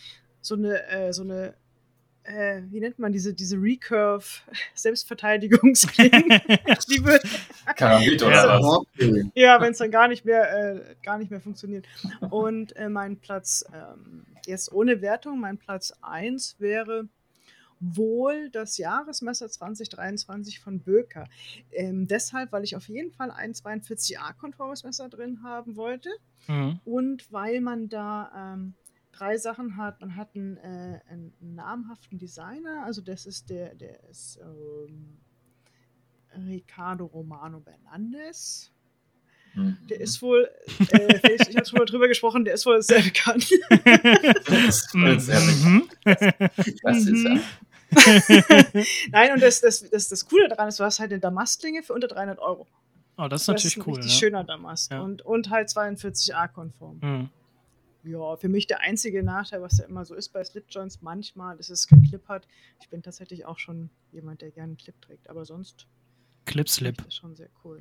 wie nennt man diese Recurve Selbstverteidigungsklingen? Die wird Karambit oder was? Ja, wenn es dann gar nicht mehr funktioniert. Und mein Platz, jetzt ohne Wertung, mein Platz 1 wäre wohl das Jahresmesser 2023 von Böker. Deshalb, weil ich auf jeden Fall ein 42A-konformes Messer drin haben wollte und weil man da 3 Sachen hat. Man hat einen namhaften Designer, also das ist der ist Ricardo Romano Bernandes. Der ist wohl, ich habe schon mal drüber gesprochen, der ist wohl sehr bekannt. Das ist ja. Nein, und das Coole daran ist, du hast halt eine Damastlinge für unter 300 €. Oh, das ist natürlich cool. Das ist ein richtig schöner Damast. Ja. Und halt 42A-konform. Ja, für mich der einzige Nachteil, was ja immer so ist bei Slipjoints, manchmal, dass es keinen Clip hat. Ich bin tatsächlich auch schon jemand, der gerne einen Clip trägt, aber sonst Clip-Slip. Das ist schon sehr cool.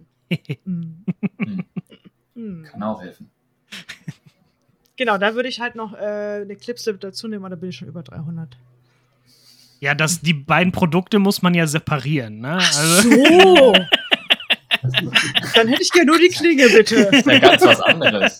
Kann auch helfen. Genau, da würde ich halt noch eine Clip-Slip dazu nehmen, aber da bin ich schon über 300. Ja, die beiden Produkte muss man ja separieren, ne? Also. So! Dann hätte ich gerne nur die Klinge, bitte. Das ist ja ganz was anderes.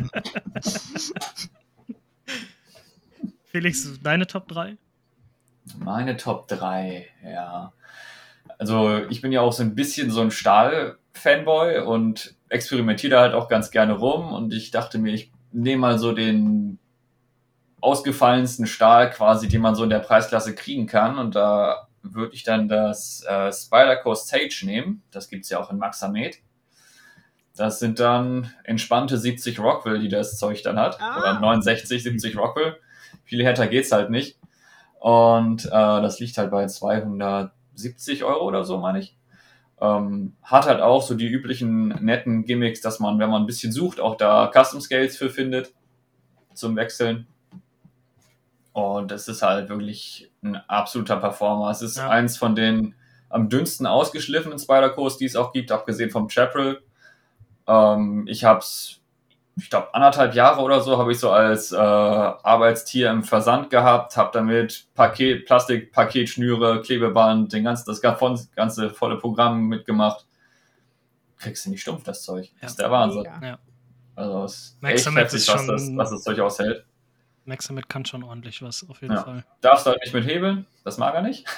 Felix, deine Top 3? Meine Top 3, ja. Also ich bin ja auch so ein bisschen so ein Stahl-Fanboy und experimentiere da halt auch ganz gerne rum und ich dachte mir, ich nehme mal so den ausgefallensten Stahl quasi, den man so in der Preisklasse kriegen kann und da würde ich dann das Spyderco Sage nehmen. Das gibt es ja auch in Maxamet. Das sind dann entspannte 70 Rockwell, die das Zeug dann hat. Oder 69, 70 Rockwell. Viel härter geht's halt nicht. Und das liegt halt bei 270 € oder so, meine ich. Hat halt auch so die üblichen netten Gimmicks, dass man, wenn man ein bisschen sucht, auch da Custom Scales für findet zum Wechseln. Und es ist halt wirklich ein absoluter Performer. Es ist eins von den am dünnsten ausgeschliffenen Spydercos, die es auch gibt, abgesehen vom Chaparral. Ich glaube, 1,5 Jahre oder so habe ich so als Arbeitstier im Versand gehabt, habe damit Plastikpaketschnüre, Klebeband, das ganze volle Programm mitgemacht. Kriegst du nicht stumpf, das Zeug. Das ist der Wahnsinn. Ja. Also es ist echt Maximate heftig, ist was das Zeug aushält. Maximate kann schon ordentlich was, auf jeden Fall. Darfst du halt nicht mit hebeln, das mag er nicht.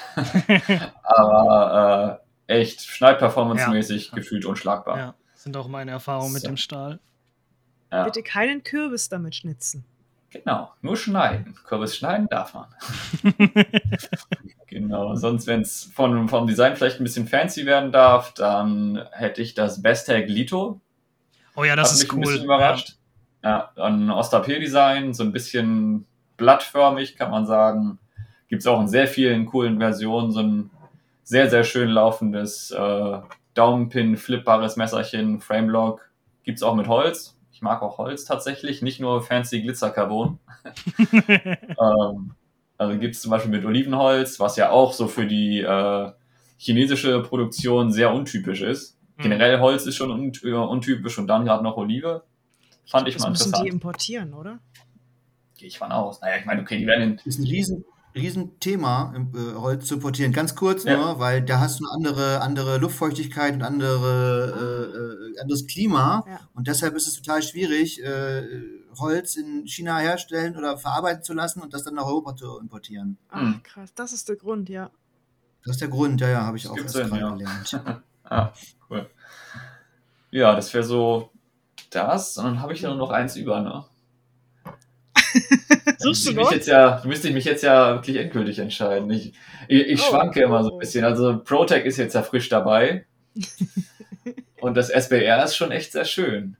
Aber echt Schneid-Performance-mäßig gefühlt unschlagbar. Ja, sind auch meine Erfahrungen mit dem Stahl. Ja. Bitte keinen Kürbis damit schnitzen. Genau, nur schneiden. Kürbis schneiden darf man. Genau, sonst, wenn es vom Design vielleicht ein bisschen fancy werden darf, dann hätte ich das Bestag Lito. Oh ja, das ist mich cool. Ein bisschen überrascht. Ja, ein Ostap-Design, so ein bisschen blattförmig, kann man sagen. Gibt es auch in sehr vielen coolen Versionen, so ein sehr, sehr schön laufendes Daumenpin, flippbares Messerchen, Framelock. Gibt es auch mit Holz. Ich mag auch Holz tatsächlich, nicht nur fancy Glitzercarbon. Also gibt es zum Beispiel mit Olivenholz, was ja auch so für die chinesische Produktion sehr untypisch ist. Generell Holz ist schon untypisch und dann gerade noch Olive. Fand ich mal interessant. Das müssen die importieren, oder? Gehe ich von aus. Naja, ich meine, okay, die werden... Das ist ein Riesenthema, Holz zu importieren. Ganz kurz nur, weil da hast du eine andere Luftfeuchtigkeit und anderes Klima. Ja. Und deshalb ist es total schwierig, Holz in China herstellen oder verarbeiten zu lassen und das dann nach Europa zu importieren. Ach, krass. Das ist der Grund, ja. Das ist der Grund, ja, habe ich auch erst gerade gelernt. Cool. Ja, das wäre so das. Und dann habe ich ja noch eins über, ne? Suchst du noch? Müsste ich mich jetzt ja wirklich endgültig entscheiden. Ich schwanke immer so ein bisschen. Also ProTech ist jetzt ja frisch dabei. Und das SBR ist schon echt sehr schön.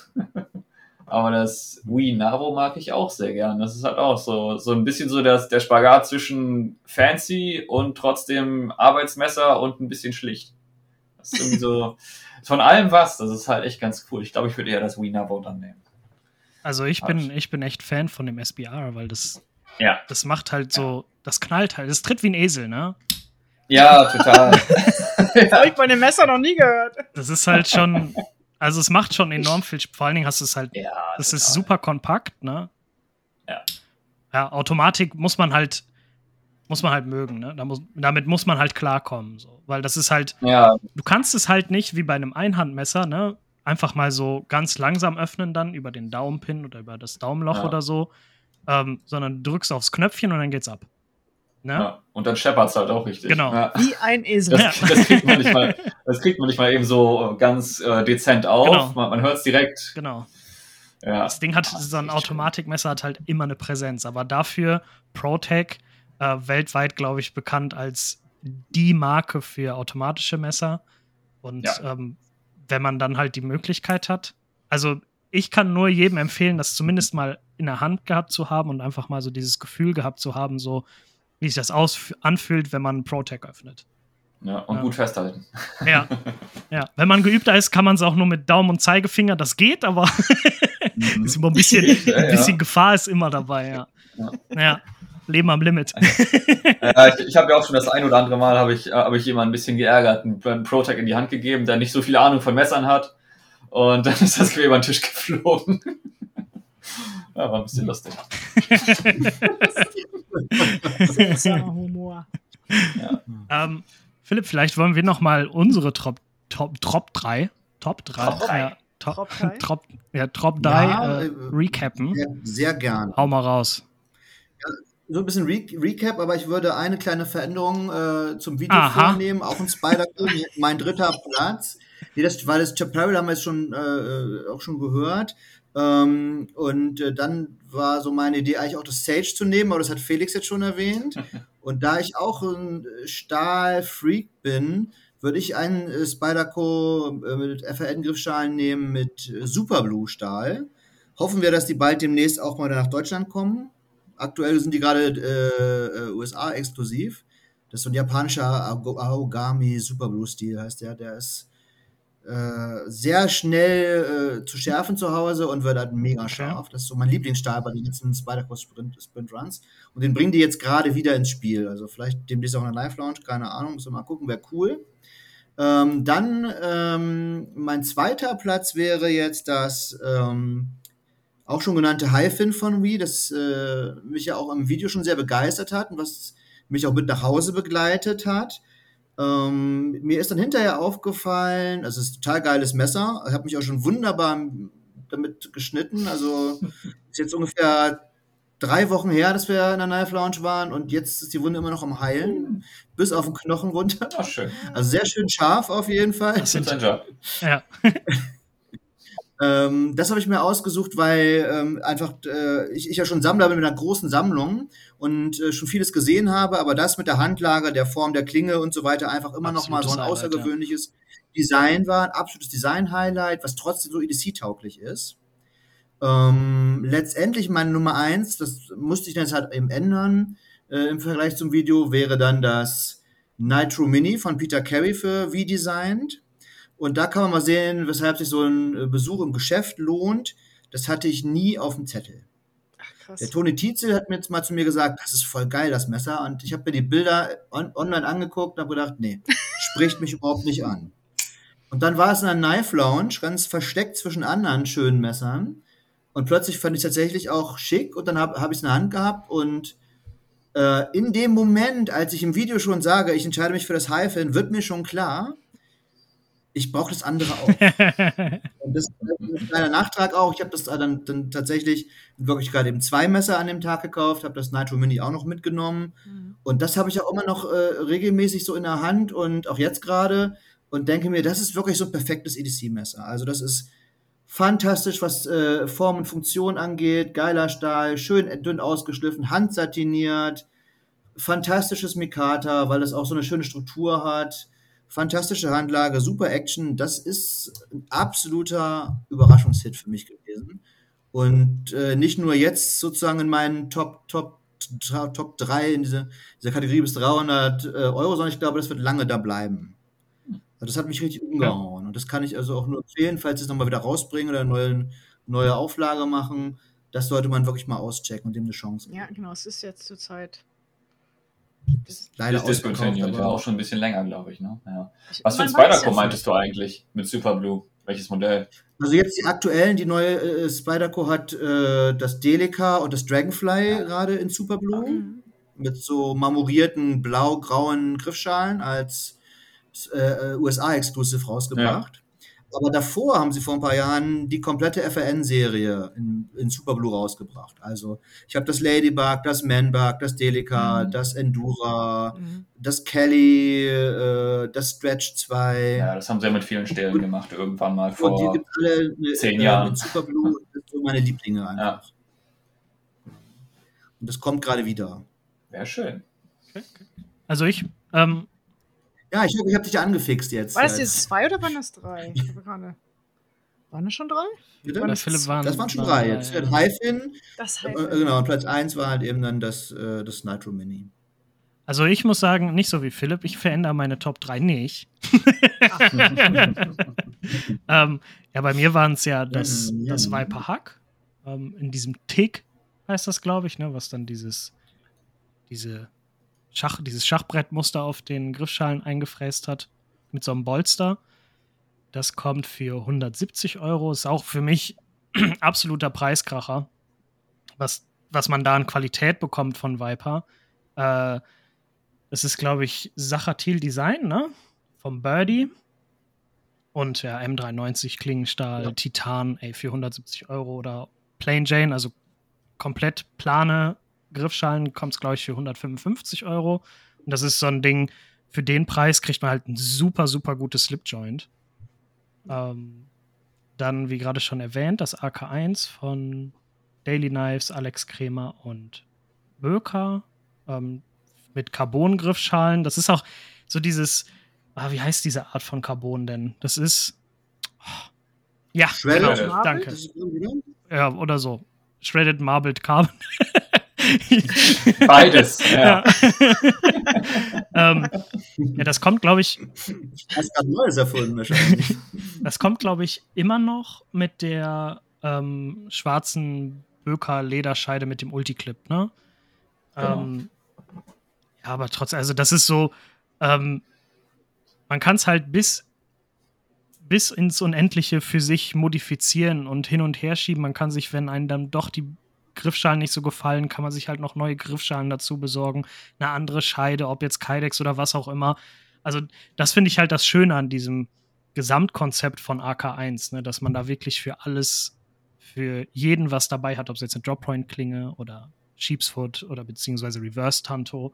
Aber das Wii Navo mag ich auch sehr gern. Das ist halt auch so ein bisschen so der Spagat zwischen fancy und trotzdem Arbeitsmesser und ein bisschen schlicht. Das ist irgendwie so von allem was. Das ist halt echt ganz cool. Ich glaube, ich würde eher das Wii Navo dann nehmen. Also ich bin echt Fan von dem SBR, weil das macht halt so, das knallt halt, das tritt wie ein Esel, ne? Ja, total. Das habe ich bei dem Messer noch nie gehört. Das ist halt schon, also es macht schon enorm viel, vor allen Dingen hast du es halt, das ist super kompakt, ne? Ja. Ja, Automatik muss man halt mögen, ne? Damit muss man halt klarkommen, so. Weil das ist halt, du kannst es halt nicht wie bei einem Einhandmesser, ne? Einfach mal so ganz langsam öffnen dann über den Daumenpin oder über das Daumenloch oder so, sondern du drückst aufs Knöpfchen und dann geht's ab. Ne? Ja, und dann scheppert's halt auch richtig. Genau. Ja. Wie ein Esel. Das kriegt man nicht mal eben so ganz dezent auf. Genau. Man hört's direkt. Genau. Ja. Das Ding hat, so ein Automatikmesser hat halt immer eine Präsenz, aber dafür ProTech weltweit, glaube ich, bekannt als die Marke für automatische Messer. Und wenn man dann halt die Möglichkeit hat, also ich kann nur jedem empfehlen, das zumindest mal in der Hand gehabt zu haben und einfach mal so dieses Gefühl gehabt zu haben, so wie sich das anfühlt, wenn man einen ProTech öffnet. Ja, und gut festhalten. Ja, wenn man geübter ist, kann man es auch nur mit Daumen und Zeigefinger, das geht, aber ist immer ein bisschen Gefahr ist immer dabei, ja. Leben am Limit. Ich habe ja auch schon das ein oder andere Mal habe ich jemanden ein bisschen geärgert, einen ProTech in die Hand gegeben, der nicht so viele Ahnung von Messern hat. Und dann ist das quer über den Tisch geflogen. Ja, war ein bisschen lustig. Seltsamer Humor. Ja. Philipp, vielleicht wollen wir noch mal unsere Top 3 recappen. Sehr gern. Hau mal raus. So ein bisschen Recap, aber ich würde eine kleine Veränderung zum Video vornehmen. Auch ein Spyderco, mein 3. Platz. Weil das Chaparral haben wir jetzt auch schon gehört. Und dann war so meine Idee, eigentlich auch das Sage zu nehmen, aber das hat Felix jetzt schon erwähnt. Und da ich auch ein Stahl-Freak bin, würde ich einen Spyderco mit FRN-Griffschalen nehmen mit Superblue-Stahl. Hoffen wir, dass die bald demnächst auch mal nach Deutschland kommen. aktuell sind die gerade USA-exklusiv. Das ist so ein japanischer Aogami Superblue-Stil, heißt der. Der ist sehr schnell zu schärfen zu Hause und wird halt mega scharf. Das ist so mein Lieblingsstahl bei den ganzen Spyderco Sprint Runs. Und den bringen die jetzt gerade wieder ins Spiel. Also vielleicht demnächst auch eine Live-Launch, keine Ahnung, müssen wir mal gucken, wäre cool. Dann mein zweiter Platz wäre jetzt das auch schon genannte Hi-Fin von Wii, das mich ja auch im Video schon sehr begeistert hat und was mich auch mit nach Hause begleitet hat. Mir ist dann hinterher aufgefallen, also es ist ein total geiles Messer. Ich habe mich auch schon wunderbar damit geschnitten. Also ist jetzt ungefähr 3 Wochen her, dass wir in der Knife Lounge waren und jetzt ist die Wunde immer noch am Heilen, bis auf den Knochen runter. Ach, schön. Also sehr schön scharf auf jeden Fall. Das ist sein Job. Ja. Das habe ich mir ausgesucht, weil einfach ich ja schon Sammler bin mit einer großen Sammlung und schon vieles gesehen habe, aber das mit der Handlage, der Form der Klinge und so weiter einfach immer noch mal so ein außergewöhnliches Design war, ein absolutes Design-Highlight, was trotzdem so EDC-tauglich ist. Letztendlich meine Nummer 1, das musste ich dann jetzt halt eben ändern im Vergleich zum Video, wäre dann das Nitro Mini von Peter Carey für Wii designt. Und da kann man mal sehen, weshalb sich so ein Besuch im Geschäft lohnt. Das hatte ich nie auf dem Zettel. Ach, krass. Der Toni Tietze hat mir jetzt mal zu mir gesagt, das ist voll geil, das Messer. Und ich habe mir die Bilder online angeguckt und habe gedacht, nee, spricht mich überhaupt nicht an. Und dann war es in einer Knife Lounge, ganz versteckt zwischen anderen schönen Messern. Und plötzlich fand ich es tatsächlich auch schick. Und dann hab ich es in der Hand gehabt. Und in dem Moment, als ich im Video schon sage, ich entscheide mich für das Hi-Fin, wird mir schon klar, ich brauche das andere auch. Und das ist ein kleiner Nachtrag auch. Ich habe das dann tatsächlich wirklich gerade eben 2 Messer an dem Tag gekauft, habe das Nitro Mini auch noch mitgenommen. Und das habe ich auch immer noch regelmäßig so in der Hand und auch jetzt gerade und denke mir, das ist wirklich so ein perfektes EDC-Messer. Also das ist fantastisch, was Form und Funktion angeht. Geiler Stahl, schön dünn ausgeschliffen, handsatiniert, fantastisches Mikata, weil es auch so eine schöne Struktur hat. Fantastische Handlage, super Action. Das ist ein absoluter Überraschungshit für mich gewesen. Und nicht nur jetzt sozusagen in meinen Top 3 in dieser Kategorie bis 300 Euro, sondern ich glaube, das wird lange da bleiben. Also das hat mich richtig umgehauen. Und das kann ich also auch nur empfehlen, falls sie es nochmal wieder rausbringen oder eine neue Auflage machen. Das sollte man wirklich mal auschecken und dem eine Chance geben. Ja, genau. Es ist jetzt zur Zeit. Leider Das discontinued, aber ja auch schon ein bisschen länger, glaube ich. Ne? Ja. Ich- Was für ein man weiß Spyderco es meintest du eigentlich mit Superblue? Welches Modell? Also jetzt die aktuellen, die neue Spyderco hat das Delica und das Dragonfly gerade in Superblue Mhm. mit so marmorierten blau-grauen Griffschalen als USA-Exclusive rausgebracht. Aber davor haben sie vor ein paar Jahren die komplette FRN-Serie in Superblue rausgebracht. Also ich habe das Ladybug, das Manbug, das Delica, das Endura, das Kelly, das Stretch 2. Ja, das haben sie ja mit vielen Stellen gemacht, irgendwann mal Und die vor. gibt alle 10 Jahren. in Superblue. Das sind so meine Lieblinge einfach. Und das kommt gerade wieder. Wäre schön. Also ich, Ja, ich habe dich angefixt jetzt. War das jetzt 2 oder waren das 3? Ich habe gerade. Waren das schon 3? Bitte? Bei Philipp Das waren schon 3 jetzt. ja. Hi-Fin, Das heißt. genau, und Platz 1 war halt eben dann das Nitro Mini. Also ich muss sagen, nicht so wie Philipp, ich verändere meine Top 3 nicht. Ja, bei mir waren es ja das Viper Hack. In diesem Tick heißt das, glaube ich, ne, was dann dieses Schachbrettmuster auf den Griffschalen eingefräst hat, mit so einem Bolster. Das kommt für 170 Euro. Ist auch für mich absoluter Preiskracher, was man da an Qualität bekommt von Viper. Das ist, glaube ich, Sachatil Design, ne? Vom Birdie. Und ja, M390 Klingenstahl, Titan, für 170 Euro. Oder Plain Jane, also komplett plane Griffschalen, kommt es, glaube ich, für 155 Euro. Und das ist so ein Ding, für den Preis kriegt man halt ein super, super gutes Slipjoint. Dann, wie gerade schon erwähnt, das AK1 von Daily Knives, Alex Kremer und Böker. Mit Carbon-Griffschalen. Das ist auch so dieses, wie heißt diese Art von Carbon denn? Das ist, ja, Shredded genau, danke. Das ist irgendwie, ne? Ja, oder so. Shredded Marbled Carbon. Beides, ja. Ja, das kommt, glaube ich. Hast gerade Neues erfunden wahrscheinlich. Das kommt, glaube ich, immer noch mit der schwarzen Böker-Lederscheide mit dem Ulticlip, ne? Genau. Ja, aber trotzdem, also das ist so, man kann es halt bis ins Unendliche für sich modifizieren und hin und her schieben. Man kann sich, wenn einem dann doch die Griffschalen nicht so gefallen, kann man sich halt noch neue Griffschalen dazu besorgen, eine andere Scheide, ob jetzt Kydex oder was auch immer. Also das finde ich halt das Schöne an diesem Gesamtkonzept von AK1, ne, dass man da wirklich für alles, für jeden was dabei hat, ob es jetzt eine Drop-Point-Klinge oder Sheepsfoot oder beziehungsweise Reverse-Tanto.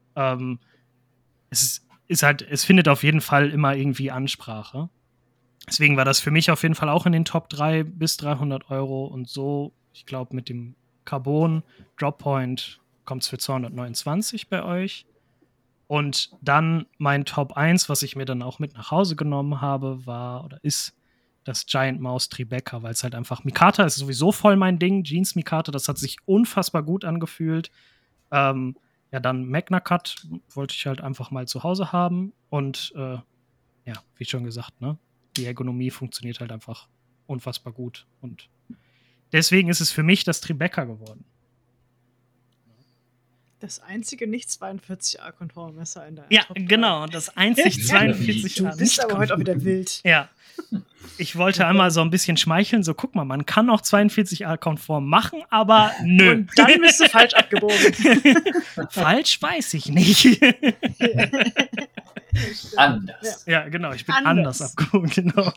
Es findet auf jeden Fall immer irgendwie Ansprache. Deswegen war das für mich auf jeden Fall auch in den Top 3 bis 300 Euro und so, ich glaube, mit dem Carbon Droppoint kommt es für 229 bei euch. Und dann mein Top 1, was ich mir dann auch mit nach Hause genommen habe, war oder ist das Giant Mouse Tribeca, weil es halt einfach, Mikata ist sowieso voll mein Ding, Jeans Mikata, das hat sich unfassbar gut angefühlt. Ja, dann Magna Cut wollte ich halt einfach mal zu Hause haben und ja, wie schon gesagt, ne? Die Ergonomie funktioniert halt einfach unfassbar gut. Und deswegen ist es für mich das Tribeca geworden. Das einzige nicht 42A-konforme Messer in der Ja, Top 3. genau. Das einzig 42A. Du bist aber heute auch wieder wild. Ja. Ich wollte einmal so ein bisschen schmeicheln, so guck mal, man kann auch 42A-konform machen, aber nö. Und dann bist du falsch abgebogen. Falsch weiß ich nicht. Anders. Ja, genau, ich bin anders abgehoben, genau.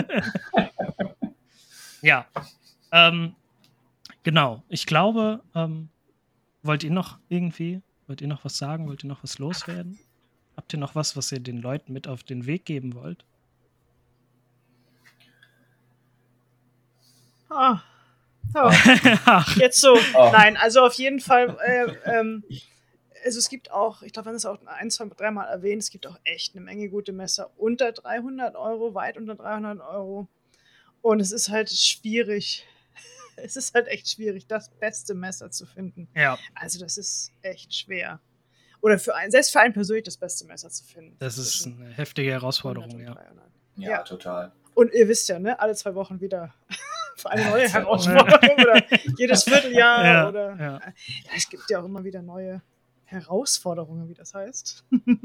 Ja. Genau, ich glaube, wollt ihr noch was sagen? Wollt ihr noch was loswerden? Habt ihr noch was ihr den Leuten mit auf den Weg geben wollt? Jetzt so. Nein, also auf jeden Fall, also es gibt auch, ich glaube, wir haben es auch 1, 2, 3 Mal erwähnt, es gibt auch echt eine Menge gute Messer unter 300 Euro, weit unter 300 Euro. Und es ist halt schwierig. Es ist halt echt schwierig, das beste Messer zu finden. Ja. Also das ist echt schwer. Oder selbst für einen persönlich das beste Messer zu finden. Das ist eine heftige Herausforderung, ja. Ja, total. Und ihr wisst ja, ne, alle 2 Wochen wieder für eine neue Herausforderung oder jedes Vierteljahr oder es gibt ja auch immer wieder neue Herausforderungen, wie das heißt.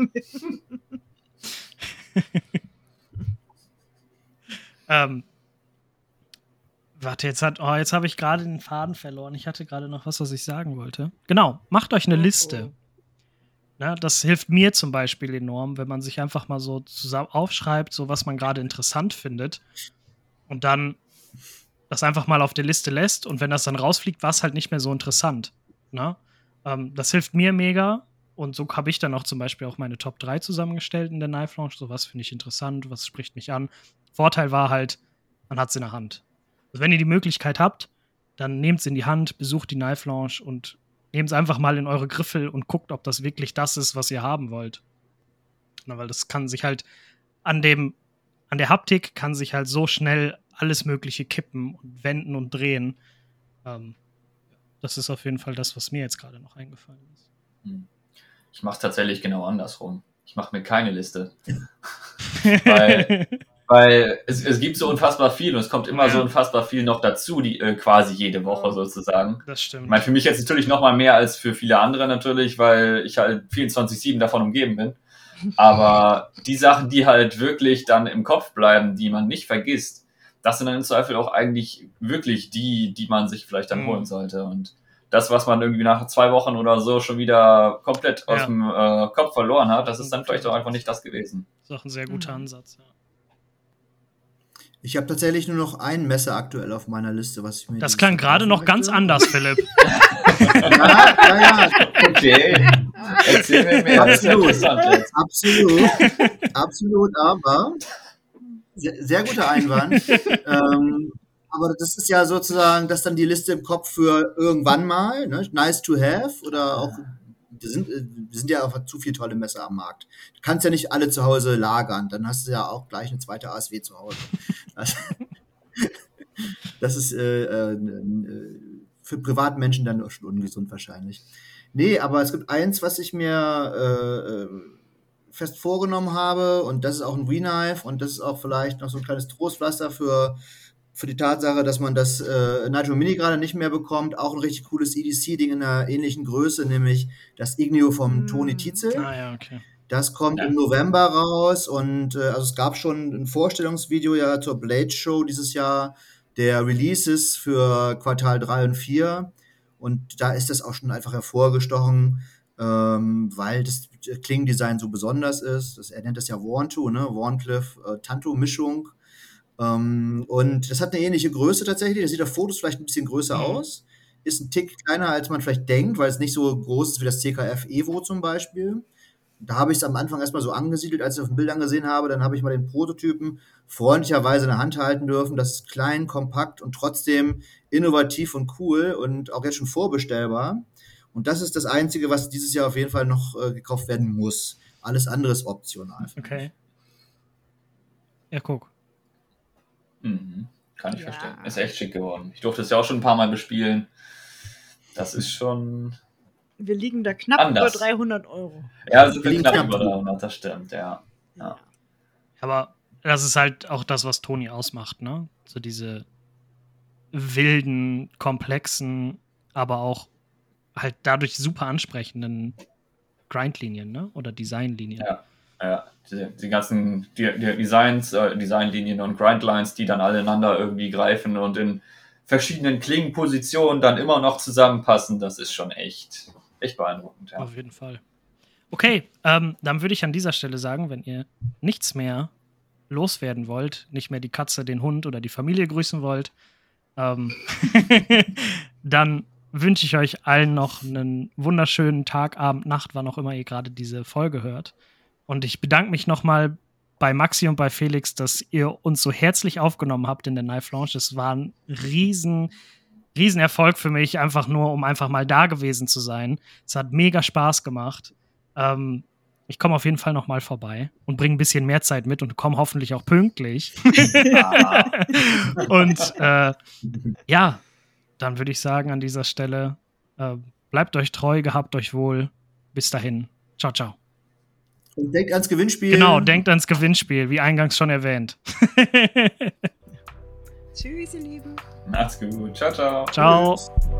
Warte, jetzt habe ich gerade den Faden verloren. Ich hatte gerade noch was ich sagen wollte. Genau, macht euch eine Liste. Na, das hilft mir zum Beispiel enorm, wenn man sich einfach mal so zusammen aufschreibt, so was man gerade interessant findet und dann das einfach mal auf der Liste lässt und wenn das dann rausfliegt, war es halt nicht mehr so interessant. Na? Das hilft mir mega und so habe ich dann auch zum Beispiel auch meine Top 3 zusammengestellt in der Knife Lounge. So, was finde ich interessant, was spricht mich an. Vorteil war halt, man hat es in der Hand. Also wenn ihr die Möglichkeit habt, dann nehmt es in die Hand, besucht die Knife Lounge und nehmt es einfach mal in eure Griffel und guckt, ob das wirklich das ist, was ihr haben wollt. Na, weil das kann sich halt an der Haptik kann sich halt so schnell alles Mögliche kippen und wenden und drehen. Das ist auf jeden Fall das, was mir jetzt gerade noch eingefallen ist. Ich mache es tatsächlich genau andersrum. Ich mache mir keine Liste. Weil es gibt so unfassbar viel und es kommt immer so unfassbar viel noch dazu, die quasi jede Woche sozusagen. Das stimmt. Ich meine, für mich jetzt natürlich noch mal mehr als für viele andere natürlich, weil ich halt 24/7 davon umgeben bin. Aber die Sachen, die halt wirklich dann im Kopf bleiben, die man nicht vergisst, das sind dann im Zweifel auch eigentlich wirklich die man sich vielleicht dann holen sollte. Und das, was man irgendwie nach 2 Wochen oder so schon wieder komplett aus dem Kopf verloren hat, das ist dann vielleicht auch einfach nicht das gewesen. Das ist auch ein sehr guter Ansatz, ja. Ich habe tatsächlich nur noch ein Messer aktuell auf meiner Liste, was ich mir. Das klang gerade noch ganz anders, Philipp. Ja. Okay. Erzähl mir mehr. Absolut, aber sehr guter Einwand. Aber das ist ja sozusagen, das dann die Liste im Kopf für irgendwann mal, ne? Nice to have oder auch. Wir sind ja einfach zu viele tolle Messer am Markt. Du kannst ja nicht alle zu Hause lagern, dann hast du ja auch gleich eine zweite ASW zu Hause. Das ist für für Privatmenschen dann schon ungesund wahrscheinlich. Nee, aber es gibt eins, was ich mir fest vorgenommen habe, und das ist auch ein Wii-Knife, und das ist auch vielleicht noch so ein kleines Trostpflaster für die Tatsache, dass man das Nitro Mini gerade nicht mehr bekommt. Auch ein richtig cooles EDC-Ding in einer ähnlichen Größe, nämlich das Igneo vom Toni Tietze. Ah ja, okay. Das kommt im November raus, und also es gab schon ein Vorstellungsvideo ja zur Blade Show dieses Jahr, der Releases für Quartal 3 und 4, und da ist das auch schon einfach hervorgestochen, weil das Klingendesign so besonders ist. Er nennt das ja Warnto, ne? Warncliffe-Tanto-Mischung. Und das hat eine ähnliche Größe tatsächlich. Das sieht auf Fotos vielleicht ein bisschen größer aus. Ist ein Tick kleiner, als man vielleicht denkt, weil es nicht so groß ist wie das CKF Evo zum Beispiel. Da habe ich es am Anfang erstmal so angesiedelt, als ich es auf den Bildern gesehen habe. Dann habe ich mal den Prototypen freundlicherweise in der Hand halten dürfen. Das ist klein, kompakt und trotzdem innovativ und cool und auch jetzt schon vorbestellbar. Und das ist das Einzige, was dieses Jahr auf jeden Fall noch gekauft werden muss. Alles andere ist optional. Okay. Ja, guck. Kann ich verstehen. Ist echt schick geworden. Ich durfte es ja auch schon ein paar Mal bespielen. Das ist schon... Wir liegen da knapp anders. über 300 Euro. Ja, wir sind knapp über 300, das stimmt, ja. Aber das ist halt auch das, was Toni ausmacht, ne? So diese wilden, komplexen, aber auch halt dadurch super ansprechenden Grindlinien, ne? Oder Designlinien. Ja. Die ganzen Designlinien und Grindlines, die dann aneinander irgendwie greifen und in verschiedenen Klingenpositionen dann immer noch zusammenpassen, das ist schon echt beeindruckend. Ja. Auf jeden Fall. Okay, dann würde ich an dieser Stelle sagen, wenn ihr nichts mehr loswerden wollt, nicht mehr die Katze, den Hund oder die Familie grüßen wollt, dann wünsche ich euch allen noch einen wunderschönen Tag, Abend, Nacht, wann auch immer ihr gerade diese Folge hört. Und ich bedanke mich nochmal bei Maxi und bei Felix, dass ihr uns so herzlich aufgenommen habt in der Knife Lounge. Es war ein riesen Erfolg für mich, einfach nur, um einfach mal da gewesen zu sein. Es hat mega Spaß gemacht. Ich komme auf jeden Fall noch mal vorbei und bringe ein bisschen mehr Zeit mit und komme hoffentlich auch pünktlich. Und ja, dann würde ich sagen an dieser Stelle, bleibt euch treu, gehabt euch wohl. Bis dahin. Ciao, ciao. Und denkt ans Gewinnspiel. Genau, denkt ans Gewinnspiel, wie eingangs schon erwähnt. Tschüss, ihr Lieben. Macht's gut. Ciao, ciao. Ciao. Tschüss.